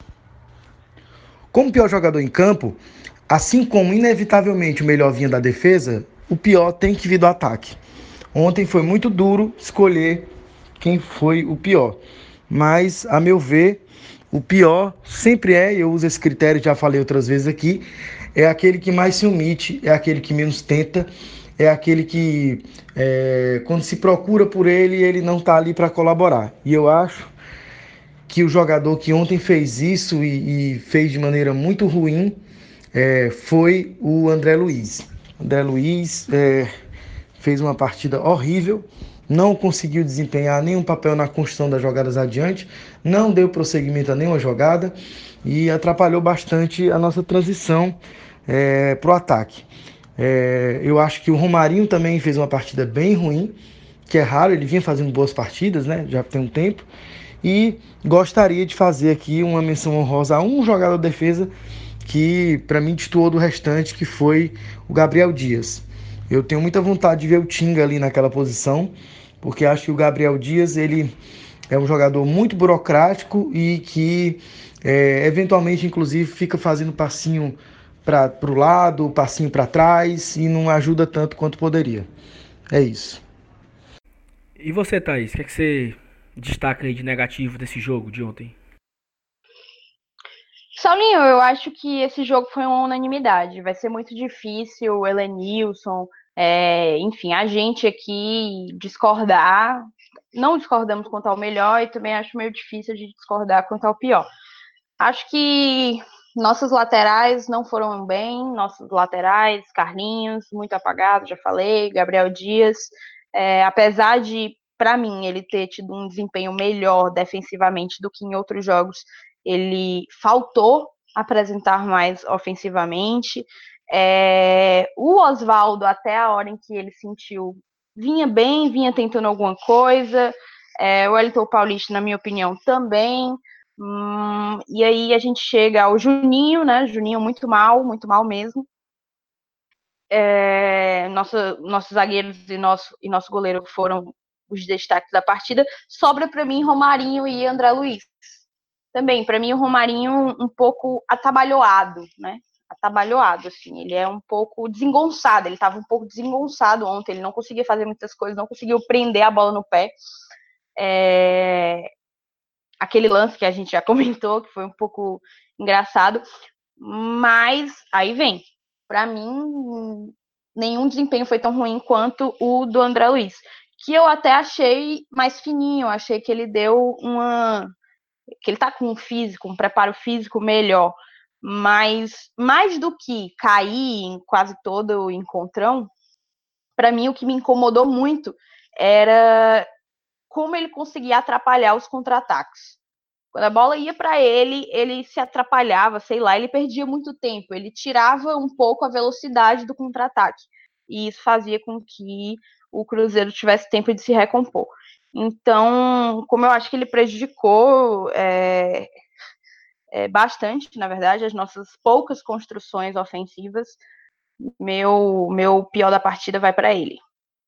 Como pior jogador em campo, assim como inevitavelmente o melhor vinha da defesa, o pior tem que vir do ataque. Ontem foi muito duro escolher quem foi o pior. Mas, a meu ver, o pior sempre eu uso esse critério, já falei outras vezes aqui, é aquele que mais se omite, é aquele que menos tenta, é aquele que, quando se procura por ele, ele não está ali para colaborar. E eu acho que o jogador que ontem fez isso e fez de maneira muito ruim foi o André Luiz. André Luiz fez uma partida horrível, não conseguiu desempenhar nenhum papel na construção das jogadas adiante, não deu prosseguimento a nenhuma jogada e atrapalhou bastante a nossa transição para o ataque. Eu acho que o Romarinho também fez uma partida bem ruim, que é raro, ele vinha fazendo boas partidas, né? Já tem um tempo. E gostaria de fazer aqui uma menção honrosa a um jogador de defesa que, para mim, destoou do restante, que foi o Gabriel Dias. Eu tenho muita vontade de ver o Tinga ali naquela posição, porque acho que o Gabriel Dias ele é um jogador muito burocrático e que, eventualmente, inclusive, fica fazendo passinho para o lado, passinho para trás e não ajuda tanto quanto poderia. É isso. E você, Thaís, o que você destaca aí de negativo desse jogo de ontem? Saulinho, eu acho que esse jogo foi uma unanimidade. Vai ser muito difícil o Elenilson, enfim, a gente aqui discordar. Não discordamos quanto ao melhor e também acho meio difícil de discordar quanto ao pior. Acho que nossos laterais não foram bem, nossos laterais, Carlinhos, muito apagado, já falei, Gabriel Dias, apesar de, para mim, ele ter tido um desempenho melhor defensivamente do que em outros jogos, ele faltou apresentar mais ofensivamente. O Oswaldo, até a hora em que ele sentiu, vinha bem, vinha tentando alguma coisa. O Wellington Paulista, na minha opinião, também. E aí a gente chega ao Juninho, né? Juninho muito mal mesmo. Nossos zagueiros e nosso goleiro foram os destaques da partida. Sobra para mim Romarinho e André Luiz. Também, para mim, o Romarinho um pouco atabalhoado, né? Atabalhoado, assim. Ele é um pouco desengonçado. Ele estava um pouco desengonçado ontem. Ele não conseguia fazer muitas coisas, não conseguiu prender a bola no pé. Aquele lance que a gente já comentou, que foi um pouco engraçado. Mas, aí vem. Para mim, nenhum desempenho foi tão ruim quanto o do André Luiz. Que eu até achei mais fininho. Achei que ele deu que ele tá com um preparo físico melhor, mas mais do que cair em quase todo o encontrão, para mim o que me incomodou muito era como ele conseguia atrapalhar os contra-ataques. Quando a bola ia para ele, ele se atrapalhava, sei lá, ele perdia muito tempo, ele tirava um pouco a velocidade do contra-ataque. E isso fazia com que o Cruzeiro tivesse tempo de se recompor. Então, como eu acho que ele prejudicou bastante, na verdade, as nossas poucas construções ofensivas, meu pior da partida vai para ele.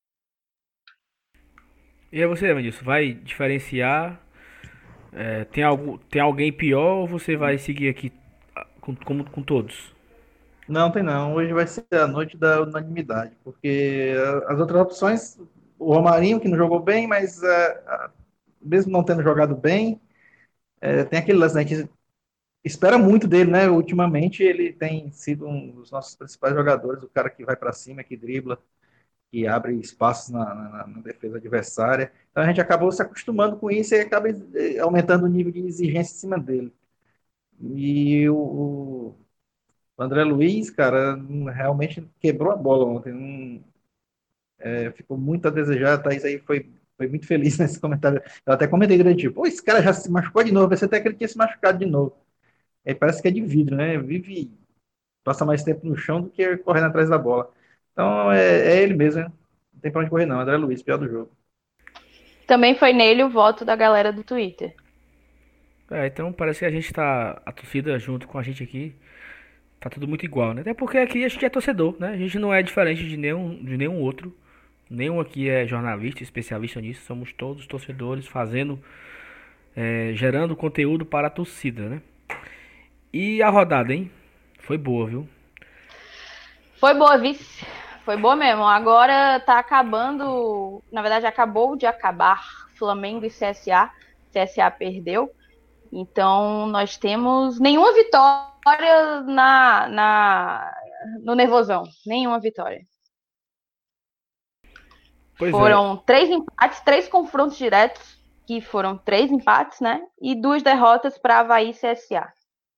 E aí você, Evanilson, vai diferenciar? Tem alguém pior ou você vai seguir aqui com todos? Não, tem não. Hoje vai ser a noite da unanimidade, porque as outras opções, o Romarinho, que não jogou bem, mas mesmo não tendo jogado bem, tem aquele lance, né, que espera muito dele, né? Ultimamente ele tem sido um dos nossos principais jogadores, o cara que vai para cima, que dribla, que abre espaços na defesa adversária. Então a gente acabou se acostumando com isso e acaba aumentando o nível de exigência em cima dele. E o André Luiz, cara, realmente quebrou a bola ontem. Ficou muito a desejar. A Thaís aí foi muito feliz nesse comentário. Eu até comentei durante, tipo, pô, esse cara já se machucou de novo. Você até que ele tinha se machucado de novo. Aí parece que é de vidro, né? Vive, passa mais tempo no chão do que correndo atrás da bola. Então é ele mesmo, né? Não tem pra onde correr, não. André Luiz, pior do jogo. Também foi nele o voto da galera do Twitter. Então parece que a torcida junto com a gente aqui, tá tudo muito igual, né? Até porque aqui a gente é torcedor, né? A gente não é diferente de nenhum outro. Nenhum aqui é jornalista, especialista nisso. Somos todos torcedores gerando conteúdo para a torcida, né? E a rodada, hein? Foi boa, viu? Foi boa, vice. Foi boa mesmo. Agora tá acabando. Na verdade, acabou de acabar Flamengo e CSA. CSA perdeu. Então, nós temos nenhuma vitória no Nervosão. Nenhuma vitória. Pois é. Foram 3 empates, 3 confrontos diretos, que foram 3 empates, né? E 2 derrotas para Avaí e CSA.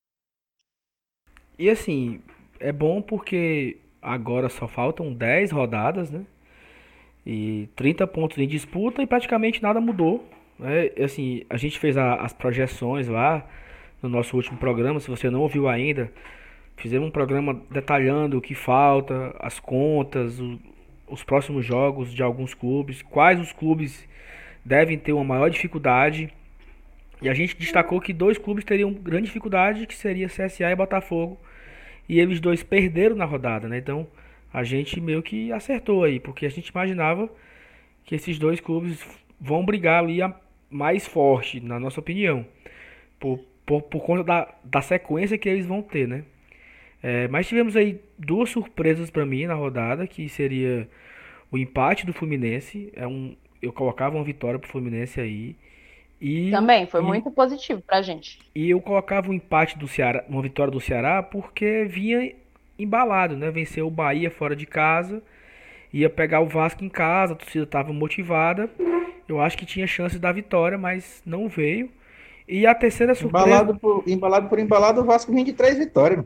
E assim, é bom porque agora só faltam 10 rodadas, né? E 30 pontos em disputa e praticamente nada mudou, né? Assim, a gente fez as projeções lá no nosso último programa, se você não ouviu ainda, fizemos um programa detalhando o que falta, as contas, os próximos jogos de alguns clubes, quais os clubes devem ter uma maior dificuldade. E a gente destacou que 2 clubes teriam grande dificuldade, que seria CSA e Botafogo. E eles 2 perderam na rodada, né? Então a gente meio que acertou aí, porque a gente imaginava que esses 2 clubes vão brigar ali mais forte, na nossa opinião, por conta da sequência que eles vão ter, né? Mas tivemos aí 2 surpresas para mim na rodada, que seria o empate do Fluminense. Eu colocava uma vitória pro Fluminense aí. Também foi E, muito positivo pra gente. e eu colocava um empate do Ceará, uma vitória do Ceará, porque vinha embalado, né? Venceu o Bahia fora de casa, ia pegar o Vasco em casa, a torcida estava motivada. Eu acho que tinha chance da vitória, mas não veio. E a terceira surpresa. Embalado, o Vasco vem de 3 vitórias.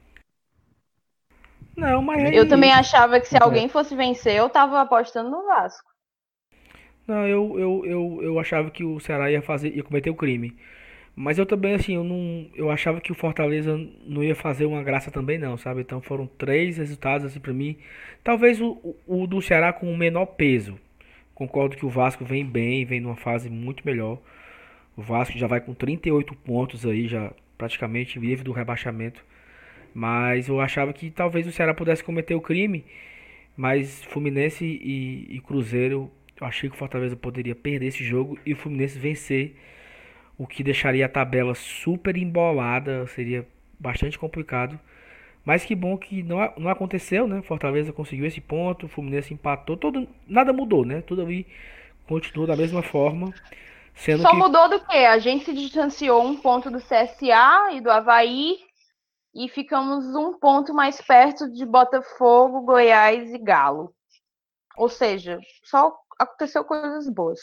Não, mas Nem Eu que aí. também isso. achava que se alguém fosse vencer, eu tava apostando no Vasco. Não, eu achava que o Ceará ia cometer o crime. Mas eu também, assim, eu achava que o Fortaleza não ia fazer uma graça também não, sabe? Então foram 3 resultados, assim, pra mim. Talvez o do Ceará com o menor peso. Concordo que o Vasco vem bem, vem numa fase muito melhor. O Vasco já vai com 38 pontos aí, já praticamente livre do rebaixamento. Mas eu achava que talvez o Ceará pudesse cometer o crime. Mas Fluminense e Cruzeiro, eu achei que o Fortaleza poderia perder esse jogo e o Fluminense vencer, o que deixaria a tabela super embolada, seria bastante complicado. Mas que bom que não aconteceu, né? Fortaleza conseguiu esse ponto, o Fluminense empatou, nada mudou, né? Tudo ali continuou da mesma forma, sendo Só que mudou do quê? A gente se distanciou 1 ponto do CSA e do Avaí e ficamos 1 ponto mais perto de Botafogo, Goiás e Galo. Ou seja, só aconteceu coisas boas.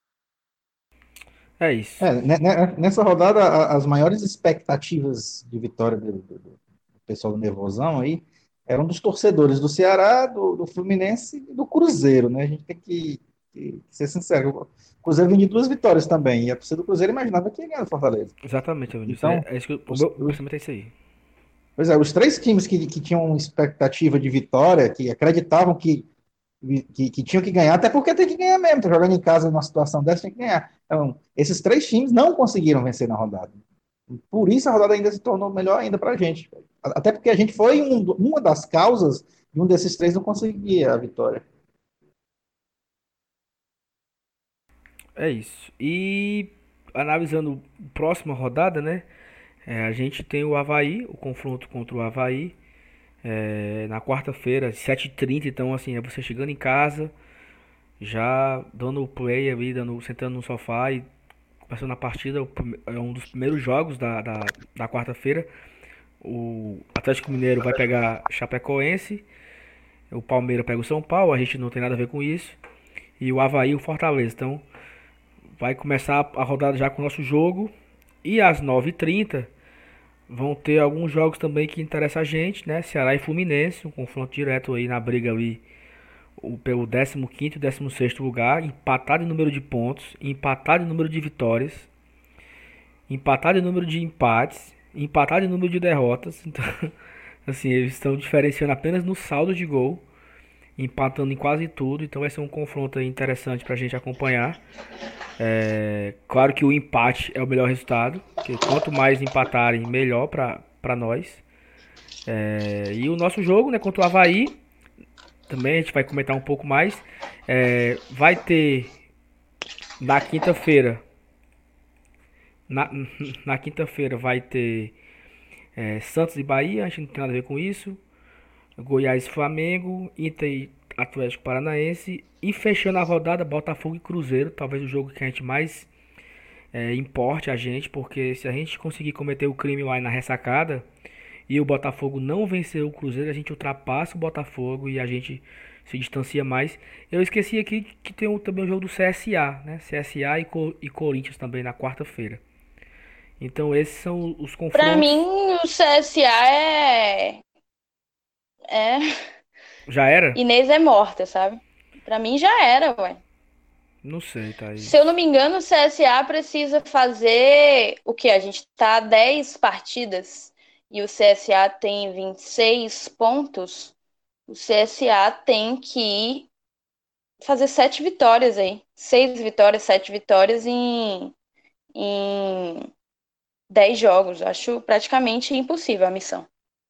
é isso. Nessa rodada, as maiores expectativas de vitória do pessoal do Nervosão aí eram dos torcedores do Ceará, do Fluminense e do Cruzeiro, né? A gente tem que que ser sincero, o Cruzeiro vinha de 2 vitórias também, e a torcida do Cruzeiro imaginava que ia ganhar do Fortaleza. Exatamente, Vinícius. Então, É isso que o os, meu os, pensamento é isso aí. pois é, os 3 times que tinham expectativa de vitória, que acreditavam que tinham que ganhar, até porque tem que ganhar mesmo, tá jogando em casa numa situação dessa, tem que ganhar. Então, esses 3 times não conseguiram vencer na rodada. Por isso a rodada ainda se tornou melhor ainda para a gente. Até porque a gente foi uma das causas de um desses 3 não conseguir a vitória. É isso. E analisando a próxima rodada, né? A gente tem o Avaí, o confronto contra o Avaí, na quarta-feira, às 7h30. Então, assim, é você chegando em casa, já dando o play ali, sentando no sofá e começando a partida. É um dos primeiros jogos da quarta-feira. O Atlético Mineiro vai pegar Chapecoense, o Palmeiras pega o São Paulo, a gente não tem nada a ver com isso. E o Avaí, o Fortaleza. Então, vai começar a rodada já com o nosso jogo. E às 9h30 vão ter alguns jogos também que interessam a gente, né? Ceará e Fluminense, um confronto direto aí na briga ali pelo 15º e 16º lugar, empatado em número de pontos, empatado em número de vitórias, empatado em número de empates, empatado em número de derrotas. Então, assim, eles estão diferenciando apenas no saldo de gol, empatando em quase tudo. Então vai ser um confronto aí interessante pra gente acompanhar. Claro que o empate é o melhor resultado, porque quanto mais empatarem, melhor pra nós. E o nosso jogo, né, contra o Avaí, também a gente vai comentar um pouco mais. Vai ter na quinta-feira. Na quinta-feira vai ter Santos e Bahia, a gente não tem nada a ver com isso. Goiás e Flamengo, Inter e Atlético Paranaense. E fechando a rodada, Botafogo e Cruzeiro. Talvez o jogo que a gente mais importe a gente, porque se a gente conseguir cometer o crime lá na ressacada e o Botafogo não vencer o Cruzeiro, a gente ultrapassa o Botafogo e a gente se distancia mais. Eu esqueci aqui que tem também o jogo do CSA, né? CSA e Corinthians também na quarta-feira. Então esses são os confrontos. Pra mim, o CSA é Já era? Inês é morta, sabe? Pra mim já era, ué. Não sei, tá aí. Se eu não me engano, o CSA precisa fazer o quê? A gente tá 10 partidas e o CSA tem 26 pontos. O CSA tem que fazer 7 vitórias aí. 6 vitórias, 7 vitórias em 10 jogos. Acho praticamente impossível a missão.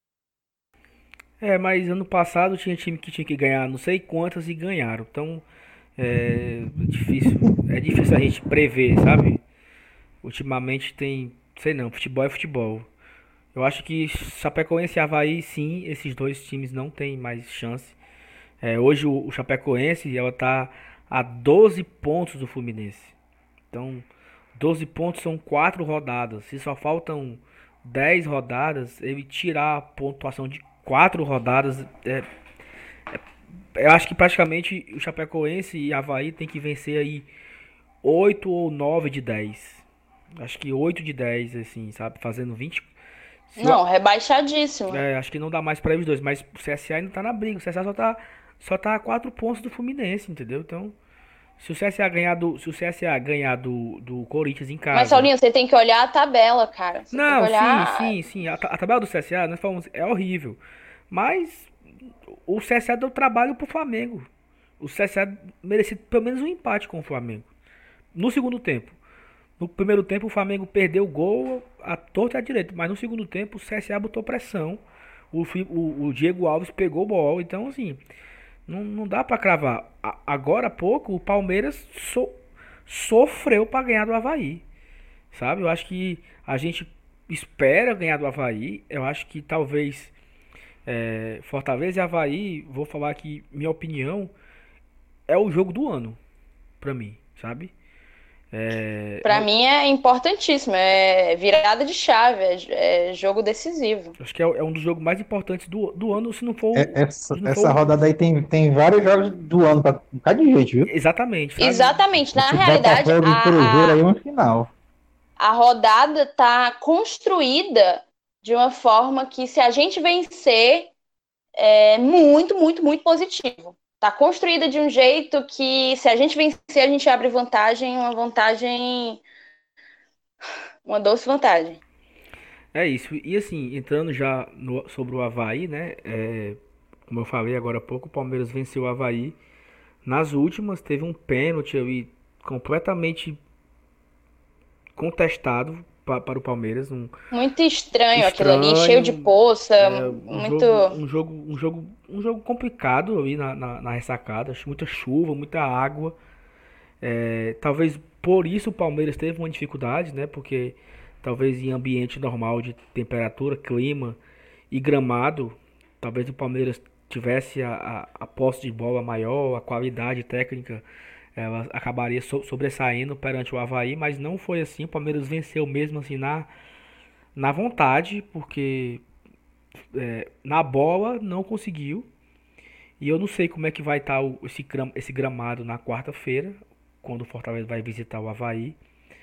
Mas ano passado tinha time que tinha que ganhar não sei quantas e ganharam. Então é difícil a gente prever, sabe? Ultimamente tem, sei não, futebol é futebol. Eu acho que Chapecoense e Avaí, sim, esses dois times não tem mais chance. Hoje o Chapecoense ela tá a 12 pontos do Fluminense. Então, 12 pontos são 4 rodadas. Se só faltam 10 rodadas, ele tirar a pontuação de 4 rodadas. Eu acho que praticamente o Chapecoense e Avaí tem que vencer aí 8 ou 9 de 10. Acho que 8 de 10, assim, sabe? Fazendo 20. Não, rebaixadíssimo. Acho que não dá mais pra eles dois. Mas o CSA ainda tá na briga. O CSA só tá a 4 pontos do Fluminense, entendeu? Então, se o CSA ganhar do Corinthians em casa. Mas, Saulinho, você tem que olhar a tabela, cara. Você Não, tem que olhar... sim. A tabela do CSA, nós falamos, é horrível. Mas o CSA deu trabalho pro Flamengo. O CSA merecia pelo menos um empate com o Flamengo. No segundo tempo. No primeiro tempo o Flamengo perdeu o gol à torta e à direita. Mas no segundo tempo o CSA botou pressão. O Diego Alves pegou bola. Então, assim, não dá pra cravar. Agora há pouco o Palmeiras sofreu pra ganhar do Avaí. Sabe? Eu acho que a gente espera ganhar do Avaí. Eu acho que talvez Fortaleza e Avaí, vou falar aqui, minha opinião, é o jogo do ano pra mim, sabe? Pra mim é importantíssimo, é virada de chave, é jogo decisivo. Acho que é um dos jogos mais importantes do ano, se não for. Essa rodada aí tem vários jogos do ano pra um bocado de gente, viu? Exatamente. Sabe? Exatamente. Na Esse realidade, Botafogo e Cruzeiro aí é uma final. a rodada tá construída de uma forma que, se a gente vencer, é muito, muito, muito positivo. tá construída de um jeito que, se a gente vencer, a gente abre vantagem, uma doce vantagem. É isso. E assim, entrando já sobre o Avaí, né? Como eu falei agora há pouco, o Palmeiras venceu o Avaí. Nas últimas, teve um pênalti aí completamente contestado para o Palmeiras. Muito estranho aquilo ali, cheio de Estranho. poça, Um muito. jogo, um jogo complicado ali na ressacada. Muita chuva, muita água. Talvez por isso o Palmeiras teve uma dificuldade, né? Porque talvez em ambiente normal de temperatura, clima e gramado, talvez o Palmeiras tivesse a posse de bola maior, a qualidade técnica, ela acabaria sobressaindo perante o Avaí, mas não foi assim. O Palmeiras venceu mesmo assim na vontade, porque na bola não conseguiu. E eu não sei como é que vai estar esse gramado na quarta-feira, quando o Fortaleza vai visitar o Avaí.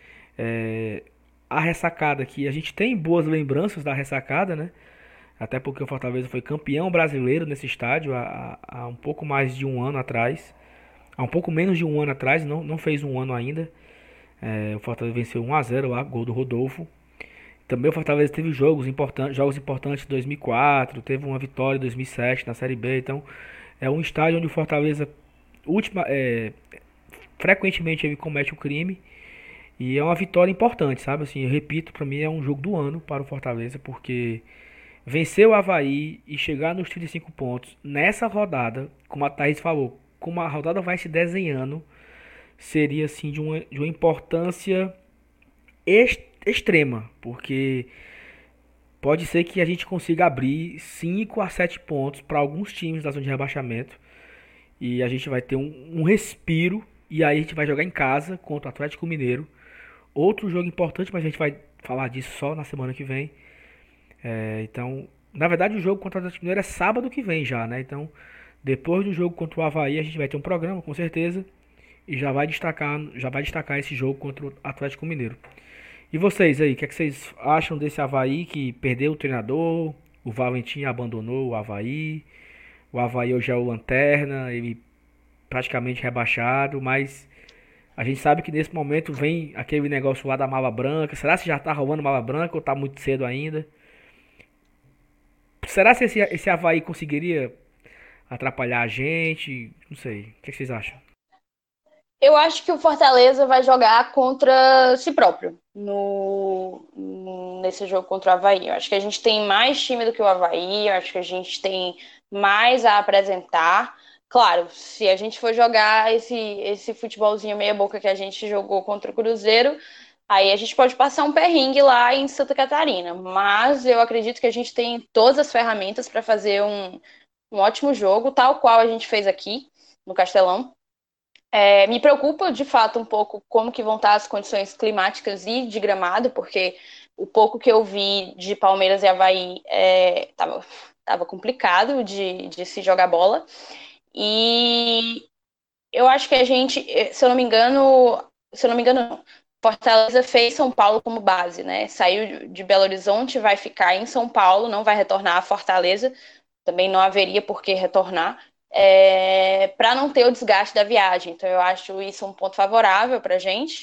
A ressacada aqui, a gente tem boas lembranças da ressacada, né? Até porque o Fortaleza foi campeão brasileiro nesse estádio há um pouco mais de um ano atrás. Há um pouco menos de um ano atrás, não fez um ano ainda. O Fortaleza venceu 1-0 lá, gol do Rodolfo. Também o Fortaleza teve jogos importantes em 2004, teve uma vitória em 2007 na Série B. Então é um estádio onde o Fortaleza frequentemente ele comete o crime. E é uma vitória importante, sabe? Assim, eu repito, para mim é um jogo do ano para o Fortaleza, porque vencer o Avaí e chegar nos 35 pontos nessa rodada, como a Thaís falou, como a rodada vai se desenhando, seria assim de uma importância extrema, porque pode ser que a gente consiga abrir 5 a 7 pontos para alguns times da zona de rebaixamento e a gente vai ter um respiro e aí a gente vai jogar em casa contra o Atlético Mineiro. Outro jogo importante, mas a gente vai falar disso só na semana que vem. Então, na verdade, o jogo contra o Atlético Mineiro é sábado que vem já, né? Então, depois do jogo contra o Avaí, a gente vai ter um programa, com certeza, e já vai destacar esse jogo contra o Atlético Mineiro. E vocês aí, o que é que vocês acham desse Avaí que perdeu o treinador? O Valentim abandonou o Avaí. O Avaí hoje é o lanterna, ele praticamente rebaixado, mas a gente sabe que nesse momento vem aquele negócio lá da mala branca. Será que já tá rolando mala branca ou tá muito cedo ainda? Será que esse Avaí conseguiria atrapalhar a gente? Não sei. O que vocês acham? Eu acho que o Fortaleza vai jogar contra si próprio nesse jogo contra o Avaí. Eu acho que a gente tem mais time do que o Avaí, eu acho que a gente tem mais a apresentar. Claro, se a gente for jogar esse futebolzinho meia boca que a gente jogou contra o Cruzeiro, aí a gente pode passar um perrengue lá em Santa Catarina. Mas eu acredito que a gente tem todas as ferramentas para fazer um ótimo jogo, tal qual a gente fez aqui no Castelão. Me preocupa, de fato, um pouco como que vão estar as condições climáticas e de gramado, porque o pouco que eu vi de Palmeiras e Avaí tava complicado de se jogar bola. E eu acho que a gente, se eu não me engano, não, Fortaleza fez São Paulo como base, né? Saiu de Belo Horizonte, vai ficar em São Paulo, não vai retornar a Fortaleza, também não haveria por que retornar, para não ter o desgaste da viagem. Então, eu acho isso um ponto favorável para a gente,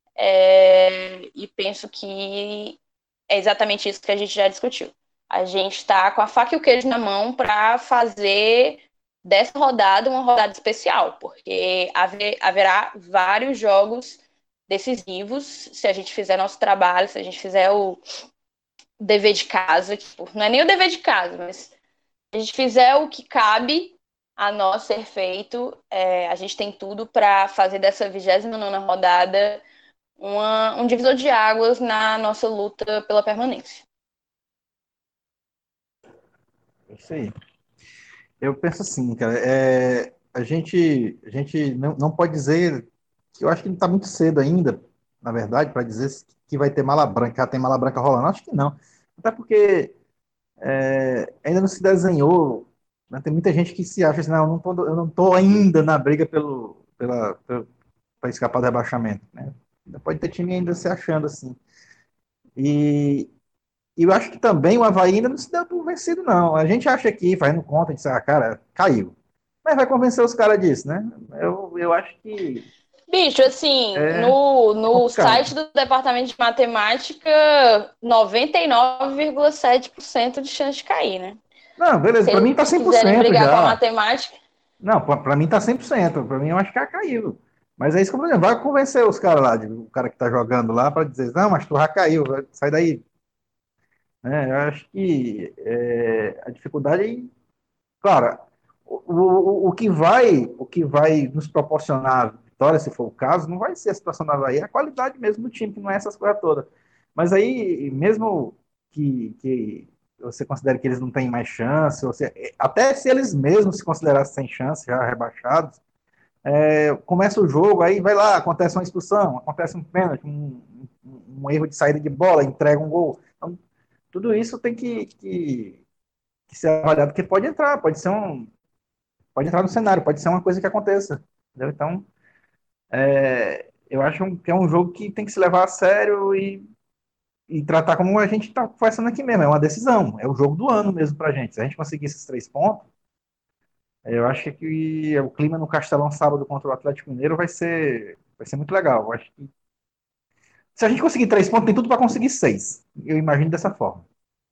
e penso que é exatamente isso que a gente já discutiu. A gente está com a faca e o queijo na mão para fazer dessa rodada uma rodada especial, porque haverá vários jogos decisivos se a gente fizer nosso trabalho, se a gente fizer o dever de casa, não é nem o dever de casa, mas se a gente fizer o que cabe a nós ser feito, a gente tem tudo para fazer dessa 29ª rodada um divisor de águas na nossa luta pela permanência. Isso aí. Eu penso assim, cara, a gente não pode dizer, que eu acho que não está muito cedo ainda, na verdade, para dizer que vai ter mala branca, já tem mala branca rolando, acho que não. Até porque ainda não se desenhou, né? Tem muita gente que se acha assim, não, eu não tô ainda na briga para escapar do rebaixamento, né? Ainda pode ter time ainda se achando assim. E eu acho que também o Avaí ainda não se deu por vencido, não. A gente acha aqui, fazendo conta, a gente diz, cara, caiu. Mas vai convencer os caras disso, né? Eu acho que Bicho, assim, é no complicado. site do Departamento de Matemática, 99,7% de chance de cair, né? Não, beleza, Se pra mim tá eles quiserem 100% brigar com a já. matemática, Não, pra mim tá 100%. Pra mim eu acho que caiu. Mas é isso que eu tô dizendo. Vai convencer os caras lá, o cara que tá jogando lá, pra dizer, não, mas tu já caiu, sai daí. Eu acho que a dificuldade, claro, o que vai nos proporcionar vitória, se for o caso, não vai ser a situação da Bahia, é a qualidade mesmo do time, que não é essas coisas todas. Mas aí, mesmo que você considere que eles não têm mais chance, até se eles mesmos se considerassem sem chance, já rebaixados, começa o jogo, aí vai lá, acontece uma expulsão, acontece um pênalti, um erro de saída de bola, entrega um gol. Então, tudo isso tem que ser avaliado, porque pode entrar no cenário, pode ser uma coisa que aconteça. Entendeu? Então, eu acho que é um jogo que tem que se levar a sério e tratar como a gente está conversando aqui mesmo. É uma decisão, é o jogo do ano mesmo pra gente. Se a gente conseguir esses 3 pontos, eu acho que o clima no Castelão sábado contra o Atlético Mineiro vai ser muito legal. Eu acho que se a gente conseguir 3 pontos, tem tudo para conseguir 6. Eu imagino dessa forma.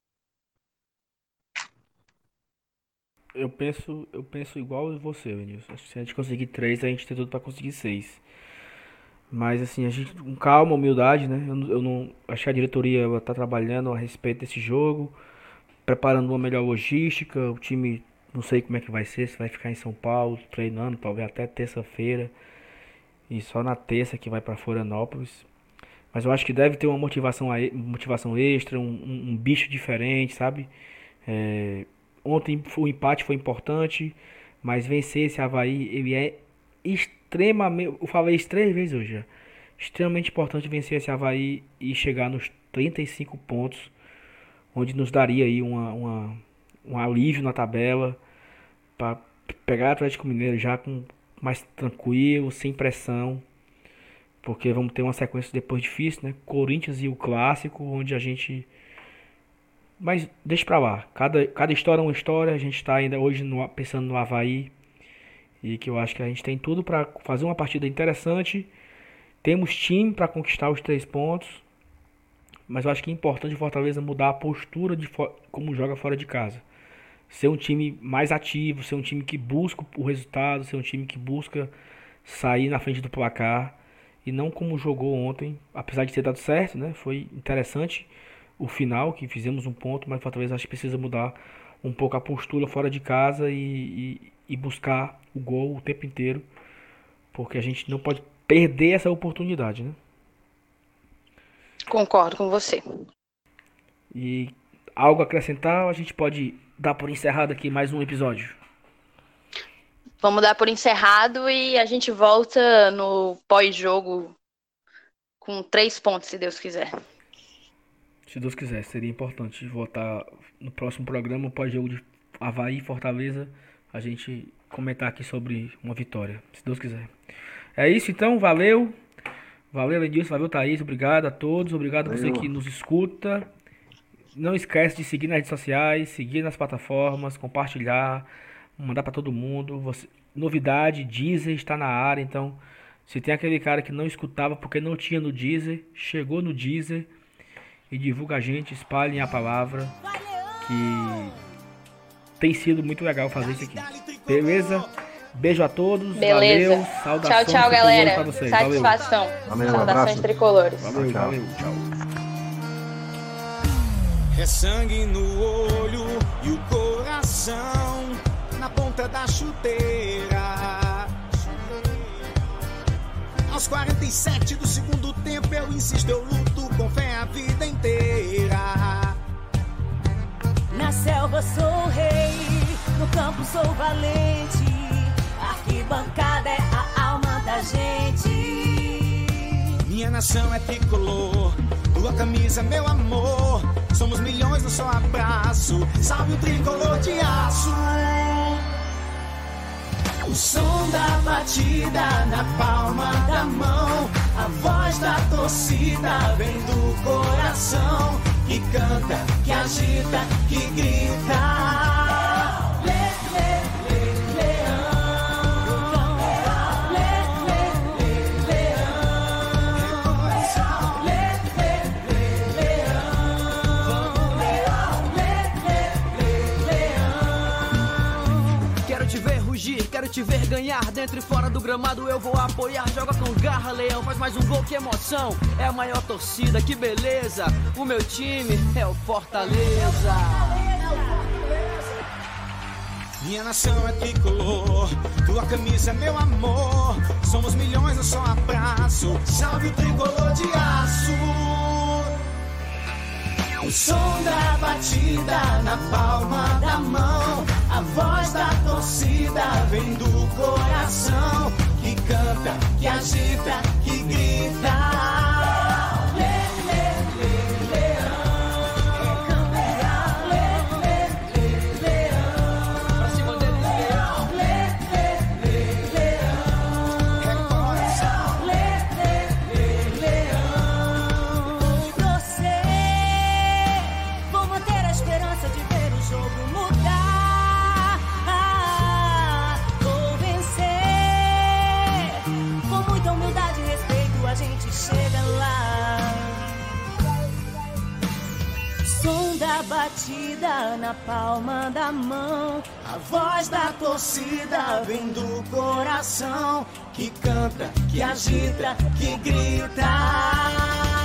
Eu penso igual você, Vinícius. Acho que se a gente conseguir 3, a gente tem tudo pra conseguir 6. Mas assim, a gente com calma, humildade, né? Eu não acho que a diretoria tá trabalhando a respeito desse jogo, preparando uma melhor logística. O time, não sei como é que vai ser, se vai ficar em São Paulo treinando, talvez até terça-feira, e só na terça que vai pra Florianópolis. Mas eu acho que deve ter uma motivação extra, um bicho diferente, sabe? É, ontem o empate foi importante, mas vencer esse Avaí, ele é extremamente. Eu falei isso 3 vezes hoje já. Extremamente importante vencer esse Avaí e chegar nos 35 pontos, onde nos daria aí um alívio na tabela, para pegar o Atlético Mineiro já com mais tranquilo, sem pressão, porque vamos ter uma sequência depois difícil, né? Corinthians e o Clássico, onde a gente. Mas deixa pra lá. Cada história é uma história. A gente tá ainda hoje pensando no Avaí. E que eu acho que a gente tem tudo pra fazer uma partida interessante. Temos time pra conquistar os 3 pontos. Mas eu acho que é importante o Fortaleza mudar a postura de como joga fora de casa. Ser um time mais ativo, ser um time que busca o resultado, ser um time que busca sair na frente do placar. E não como jogou ontem, apesar de ter dado certo, né? Foi interessante o final, que fizemos um ponto, mas o Fortaleza acho que precisa mudar um pouco a postura fora de casa e buscar o gol o tempo inteiro, porque a gente não pode perder essa oportunidade, né? concordo com você. E algo a acrescentar, a gente pode dar por encerrado aqui mais um episódio. Vamos dar por encerrado e a gente volta no pós-jogo com 3 pontos, se Deus quiser. Se Deus quiser, seria importante voltar no próximo programa, pós-jogo de Avaí e Fortaleza, a gente comentar aqui sobre uma vitória, se Deus quiser. É isso então, valeu. Valeu, Edilson, valeu, Thaís, obrigado a todos, obrigado a você que nos escuta. Não esquece de seguir nas redes sociais, seguir nas plataformas, compartilhar, mandar para todo mundo. Novidade, Deezer está na área, então se tem aquele cara que não escutava porque não tinha no Deezer, chegou no Deezer e divulga a gente, espalhem a palavra, que tem sido muito legal fazer isso aqui. Beleza? Beijo a todos. Beleza. Valeu. Saudações Tchau, galera. pra vocês. Satisfação. Valeu, Saudações abraço. tricolores. Valeu, Tchau. valeu, tchau. É sangue no olho e o coração na ponta da chuteira. Aos 47 do segundo tempo eu insisto, eu luto com fé a vida inteira. Na selva sou rei, no campo sou valente. A arquibancada é a alma da gente. Minha nação é tricolor, tua camisa, meu amor. Somos milhões no seu abraço, salve o tricolor de aço. O som da batida na palma da mão, a voz da torcida vem do coração, que canta, que agita, que grita. Leão. ganhar, dentro e fora do gramado eu vou apoiar. Joga com garra, Leão, faz mais um gol, que emoção. É a maior torcida, que beleza. O meu time é o Fortaleza. Minha nação é tricolor, tua camisa é meu amor. Somos milhões, eu só abraço. Salve o tricolor de aço. O som da batida na palma da mão, a voz da torcida vem do coração, que canta, que agita, que grita. Batida na palma da mão, a voz da torcida vem do coração, que canta, que agita, que grita.